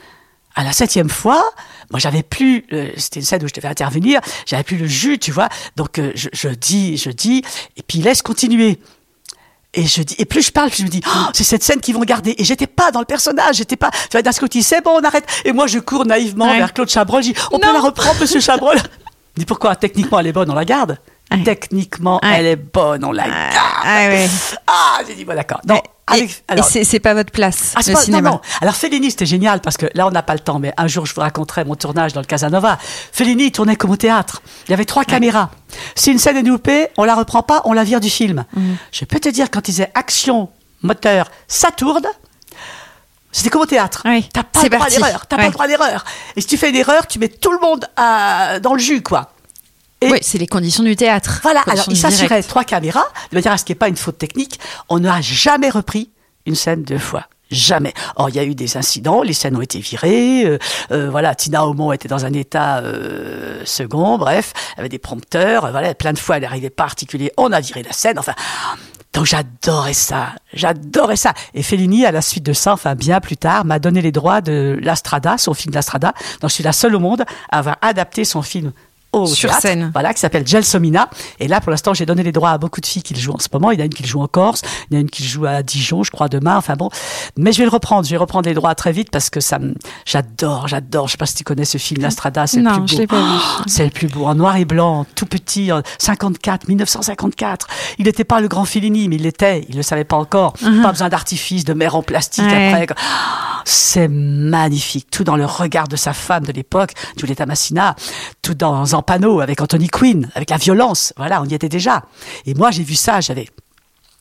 À la septième fois, moi, j'avais plus, euh, c'était une scène où je devais intervenir, j'avais plus le jus, tu vois, donc euh, je, je dis, je dis, et puis il laisse continuer. Et je dis, et plus je parle, plus je me dis, oh, c'est cette scène qu'ils vont garder. Et j'étais pas dans le personnage, j'étais pas, tu vois, d'un côté, c'est bon, on arrête. Et moi, je cours naïvement ouais. vers Claude Chabrol, je dis, on non. peut la reprendre, monsieur Chabrol? Je dis, pourquoi? Techniquement, elle est bonne, on la garde. Ouais. Techniquement, ouais. elle est bonne, on la garde. Ah, ouais. ah j'ai dit, bon, d'accord. Non, avec, et, alors, et c'est, c'est pas votre place, ah, le pas, cinéma. Non, non. Alors, Fellini, c'était génial, parce que là, on n'a pas le temps, mais un jour, je vous raconterai mon tournage dans le Casanova. Fellini, il tournait comme au théâtre. Il y avait trois ouais. caméras. Si une scène est loupée, on la reprend pas, on la vire du film. Mm. Je peux te dire, quand ils disaient action, moteur, ça tourne, c'était comme au théâtre. Oui, t'as pas le droit à l'erreur. T'as ouais. pas le droit à l'erreur. Et si tu fais une erreur, tu mets tout le monde à, dans le jus, quoi. Et oui, c'est les conditions du théâtre. Voilà. Alors, il s'assurait trois caméras, de manière à ce qu'il n'y ait pas une faute technique. On n'a jamais repris une scène deux fois. Jamais. Or, il y a eu des incidents, les scènes ont été virées, euh, euh, voilà, Tina Aumont était dans un état euh, second, bref, elle avait des prompteurs, voilà, plein de fois, elle n'arrivait pas à articuler, on a viré la scène, enfin... Donc j'adorais ça, j'adorais ça. Et Fellini, à la suite de ça, enfin bien plus tard, m'a donné les droits de La Strada, son film La Strada. Donc je suis la seule au monde à avoir adapté son film au sur théâtre, scène. Voilà, qui s'appelle Gelsomina. Et là, pour l'instant, j'ai donné les droits à beaucoup de filles qui le jouent en ce moment. Il y en a une qui le joue en Corse, il y en a une qui le joue à Dijon, je crois, demain. Enfin bon. Mais je vais le reprendre, je vais reprendre les droits très vite parce que ça me, j'adore, j'adore. Je sais pas si tu connais ce film, La Strada, c'est non, le plus beau. Je l'ai pas vu. C'est le plus beau, en noir et blanc, tout petit, en cinquante-quatre, dix-neuf cent cinquante-quatre. Il n'était pas le grand Fellini, mais il l'était. Il le savait pas encore. Uh-huh. Pas besoin d'artifice, de mer en plastique ouais. après. C'est magnifique. Tout dans le regard de sa femme de l'époque, Giulietta Massina. Tout dans Zampano avec Anthony Quinn, avec la violence. Voilà, on y était déjà. Et moi, j'ai vu ça, j'avais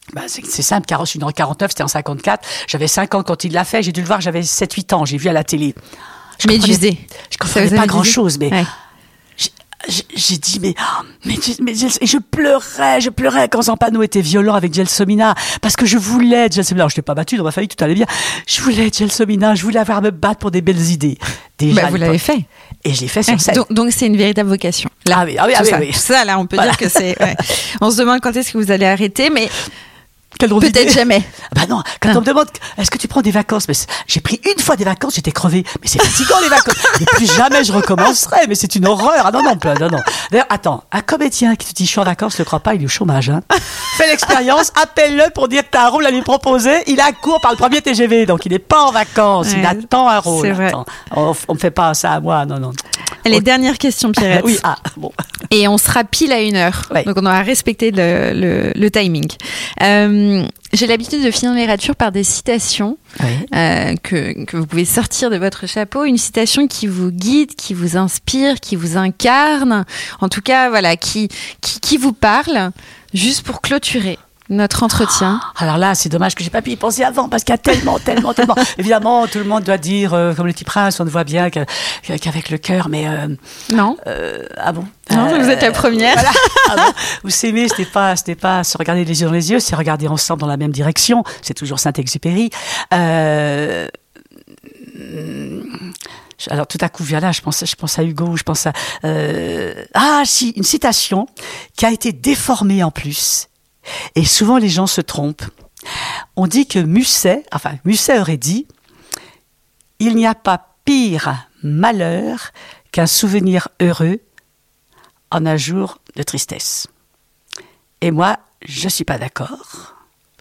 Ben, c'est, c'est simple, car je suis née en quarante-neuf, c'était en cinquante-quatre. J'avais cinq ans quand il l'a fait. J'ai dû le voir, j'avais sept huit ans. J'ai vu à la télé. Je Médusé. Je comprenais pas grand-chose, mais ouais. j'ai, j'ai, j'ai dit, mais, mais, mais, et je pleurais, je pleurais quand Zampano était violent avec Gelsomina, parce que je voulais Gelsomina. Je t'ai pas battu dans ma famille, tout allait bien. Je voulais Gelsomina, je voulais avoir à me battre pour des belles idées. Déjà, bah, vous l'avez fait. Et je l'ai fait sur scène. Donc, donc c'est une véritable vocation. Là, ah oui, ah oui, ah oui, ça, oui. ça, là, on peut voilà. dire que c'est. Ouais. On se demande quand est-ce que vous allez arrêter, mais. Peut-être idée. jamais. Bah non, quand non. on me demande est-ce que tu prends des vacances, mais j'ai pris une fois des vacances, j'étais crevée. Mais c'est fatigant les vacances. Et plus jamais je recommencerai. Mais c'est une horreur. Ah non non non non. D'ailleurs, attends, un comédien qui te dit je suis en vacances, ne crois pas, il est au chômage. Hein. Fais l'expérience, appelle-le pour dire que t'as un rôle à lui proposer. Il a cours par le premier T G V, donc il n'est pas en vacances. Ouais, il attend un rôle. C'est vrai. On, on me fait pas ça à moi, non non. Les on... dernières questions, Pierrette. Oui, ah bon. Et on sera pile à une heure. Ouais. Donc on aura respecté le, le, le timing. Euh, J'ai l'habitude de finir mes ratures par des citations oui. euh, que, que vous pouvez sortir de votre chapeau. Une citation qui vous guide, qui vous inspire, qui vous incarne. En tout cas, voilà, qui, qui, qui vous parle, juste pour clôturer notre entretien. Alors là, c'est dommage que j'ai pas pu y penser avant, parce qu'il y a tellement, tellement, tellement. Évidemment, tout le monde doit dire, euh, comme le petit prince, on ne voit bien qu'avec le cœur, mais... Euh, non. Euh, ah bon Non, euh, vous êtes la première. Voilà. Ah bon, vous s'aimer, c'était pas, c'était pas se regarder les yeux dans les yeux, c'est regarder ensemble dans la même direction. C'est toujours Saint-Exupéry. Euh... Alors tout à coup, vient là, je pense, je pense à Hugo, je pense à... Euh... Ah si, une citation qui a été déformée en plus. Et souvent, les gens se trompent. On dit que Musset, enfin, Musset aurait dit « Il n'y a pas pire malheur qu'un souvenir heureux en un jour de tristesse. » Et moi, je ne suis pas d'accord.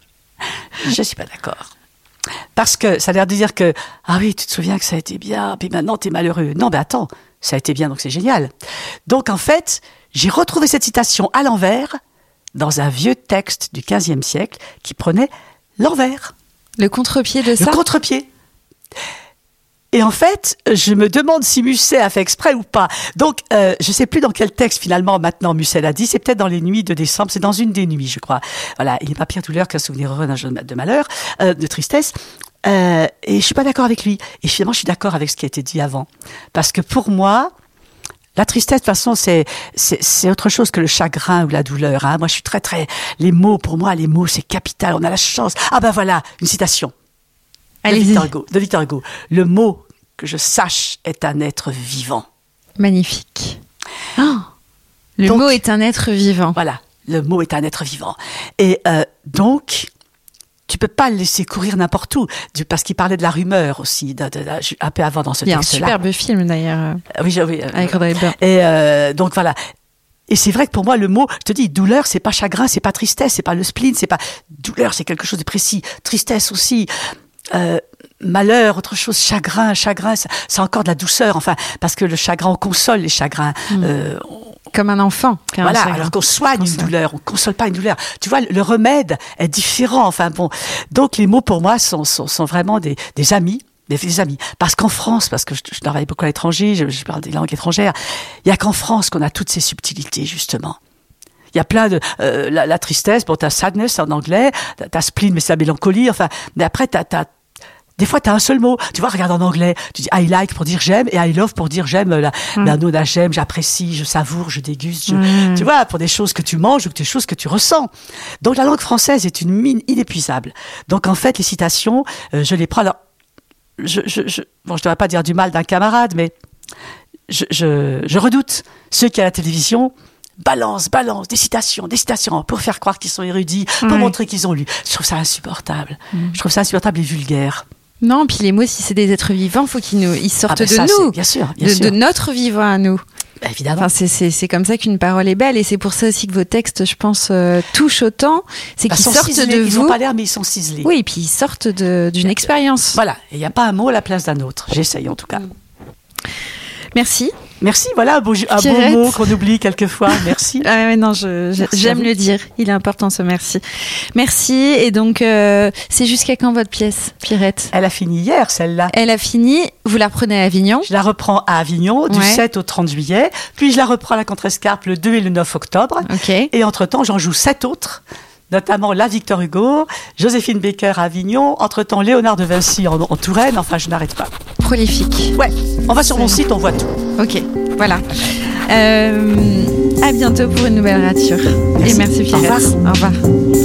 Je ne suis pas d'accord. Parce que ça a l'air de dire que « Ah oui, tu te souviens que ça a été bien, puis maintenant, tu es malheureux. » Non, mais attends, ça a été bien, donc c'est génial. Donc, en fait, j'ai retrouvé cette citation à l'envers dans un vieux texte du quinzième siècle qui prenait l'envers. Le contre-pied de ça ? Le contre-pied. Et en fait, je me demande si Musset a fait exprès ou pas. Donc, euh, je ne sais plus dans quel texte, finalement, maintenant, Musset l'a dit. C'est peut-être dans les nuits de décembre. C'est dans une des nuits, je crois. Voilà, il n'est pas pire douleur qu'un souvenir heureux d'un jour de malheur, euh, de tristesse. Euh, et je suis pas d'accord avec lui. Et finalement, je suis d'accord avec ce qui a été dit avant. Parce que pour moi... La tristesse, de toute façon, c'est, c'est, c'est autre chose que le chagrin ou la douleur. Hein. Moi, je suis très, très... Les mots, pour moi, les mots, c'est capital. On a la chance. Ah ben voilà, une citation. De Victor Hugo. De Victor Hugo. Le mot que je sache est un être vivant. Magnifique. Oh, le donc, mot est un être vivant. Voilà, le mot est un être vivant. Et euh, donc... Tu peux pas le laisser courir n'importe où, parce qu'il parlait de la rumeur aussi, de, de, de, un peu avant dans ce texte-là. Il y a un superbe film d'ailleurs, euh, oui, oui, euh, avec Audrey Hepburn. Et euh, donc voilà. Et c'est vrai que pour moi, le mot, je te dis, douleur, c'est pas chagrin, c'est pas tristesse, c'est pas le spleen, c'est pas douleur, c'est quelque chose de précis. Tristesse aussi. Euh, malheur, autre chose, chagrin, chagrin, c'est encore de la douceur, enfin, parce que le chagrin, on console les chagrins. Mmh. Euh, on, Comme un enfant. Voilà, alors qu'on soigne une douleur, on console pas une douleur. Tu vois, le remède est différent. Enfin bon, donc les mots pour moi sont sont, sont vraiment des des amis, des, des amis. Parce qu'en France, parce que je, je travaille beaucoup à l'étranger, je, je parle des langues étrangères, il y a qu'en France qu'on a toutes ces subtilités justement. Il y a plein de euh, la, la tristesse, bon, t'as sadness en anglais, t'as, t'as spleen, mais c'est la mélancolie. Enfin, mais après t'as t'as des fois, t'as un seul mot. Tu vois, regarde en anglais. Tu dis I like pour dire j'aime et I love pour dire j'aime. La, mm. la note j'aime, j'apprécie, je savoure, je déguste. Je, mm. Tu vois, pour des choses que tu manges ou des choses que tu ressens. Donc, la langue française est une mine inépuisable. Donc, en fait, les citations, euh, je les prends. Alors, je, je, je, bon, je ne devrais pas dire du mal d'un camarade, mais je, je, je redoute ceux qui à la télévision balance, balance, des citations, des citations, pour faire croire qu'ils sont érudits, pour ouais. montrer qu'ils ont lu. Je trouve ça insupportable. Mm. Je trouve ça insupportable et vulgaire. Non, puis les mots, si c'est des êtres vivants, faut qu'ils nous, ils sortent ah ben ça, de nous, bien sûr, bien de, sûr. de notre vivant à nous. Bah, évidemment. Enfin, c'est, c'est, c'est comme ça qu'une parole est belle, et c'est pour ça aussi que vos textes, je pense, euh, touchent autant. C'est bah, qu'ils sortent ciselés. de ils vous. Ils n'ont pas l'air, mais ils sont ciselés. Oui, et puis ils sortent de, d'une expérience. Voilà, il n'y a pas un mot à la place d'un autre. J'essaye en tout cas. Merci. Merci, voilà un beau, un beau mot qu'on oublie quelquefois. Merci. Ah ouais, non, je, je, merci j'aime le dire. Il est important ce merci. Merci. Et donc, euh, c'est jusqu'à quand votre pièce, Pierrette ? Elle a fini hier, celle-là. Elle a fini. Vous la reprenez à Avignon ? Je la reprends à Avignon du ouais. sept au trente juillet. Puis je la reprends à la Contrescarpe le deux et le neuf octobre. Okay. Et entre-temps, j'en joue sept autres notamment la Victor Hugo, Joséphine Baker à Avignon, entre-temps Léonard de Vinci en, en Touraine, enfin je n'arrête pas. Prolifique. Ouais, on va sur mon site, on voit tout. Ok, voilà. Euh, à bientôt pour une nouvelle rature. Merci. Et merci Pierrette. Au revoir. Au revoir.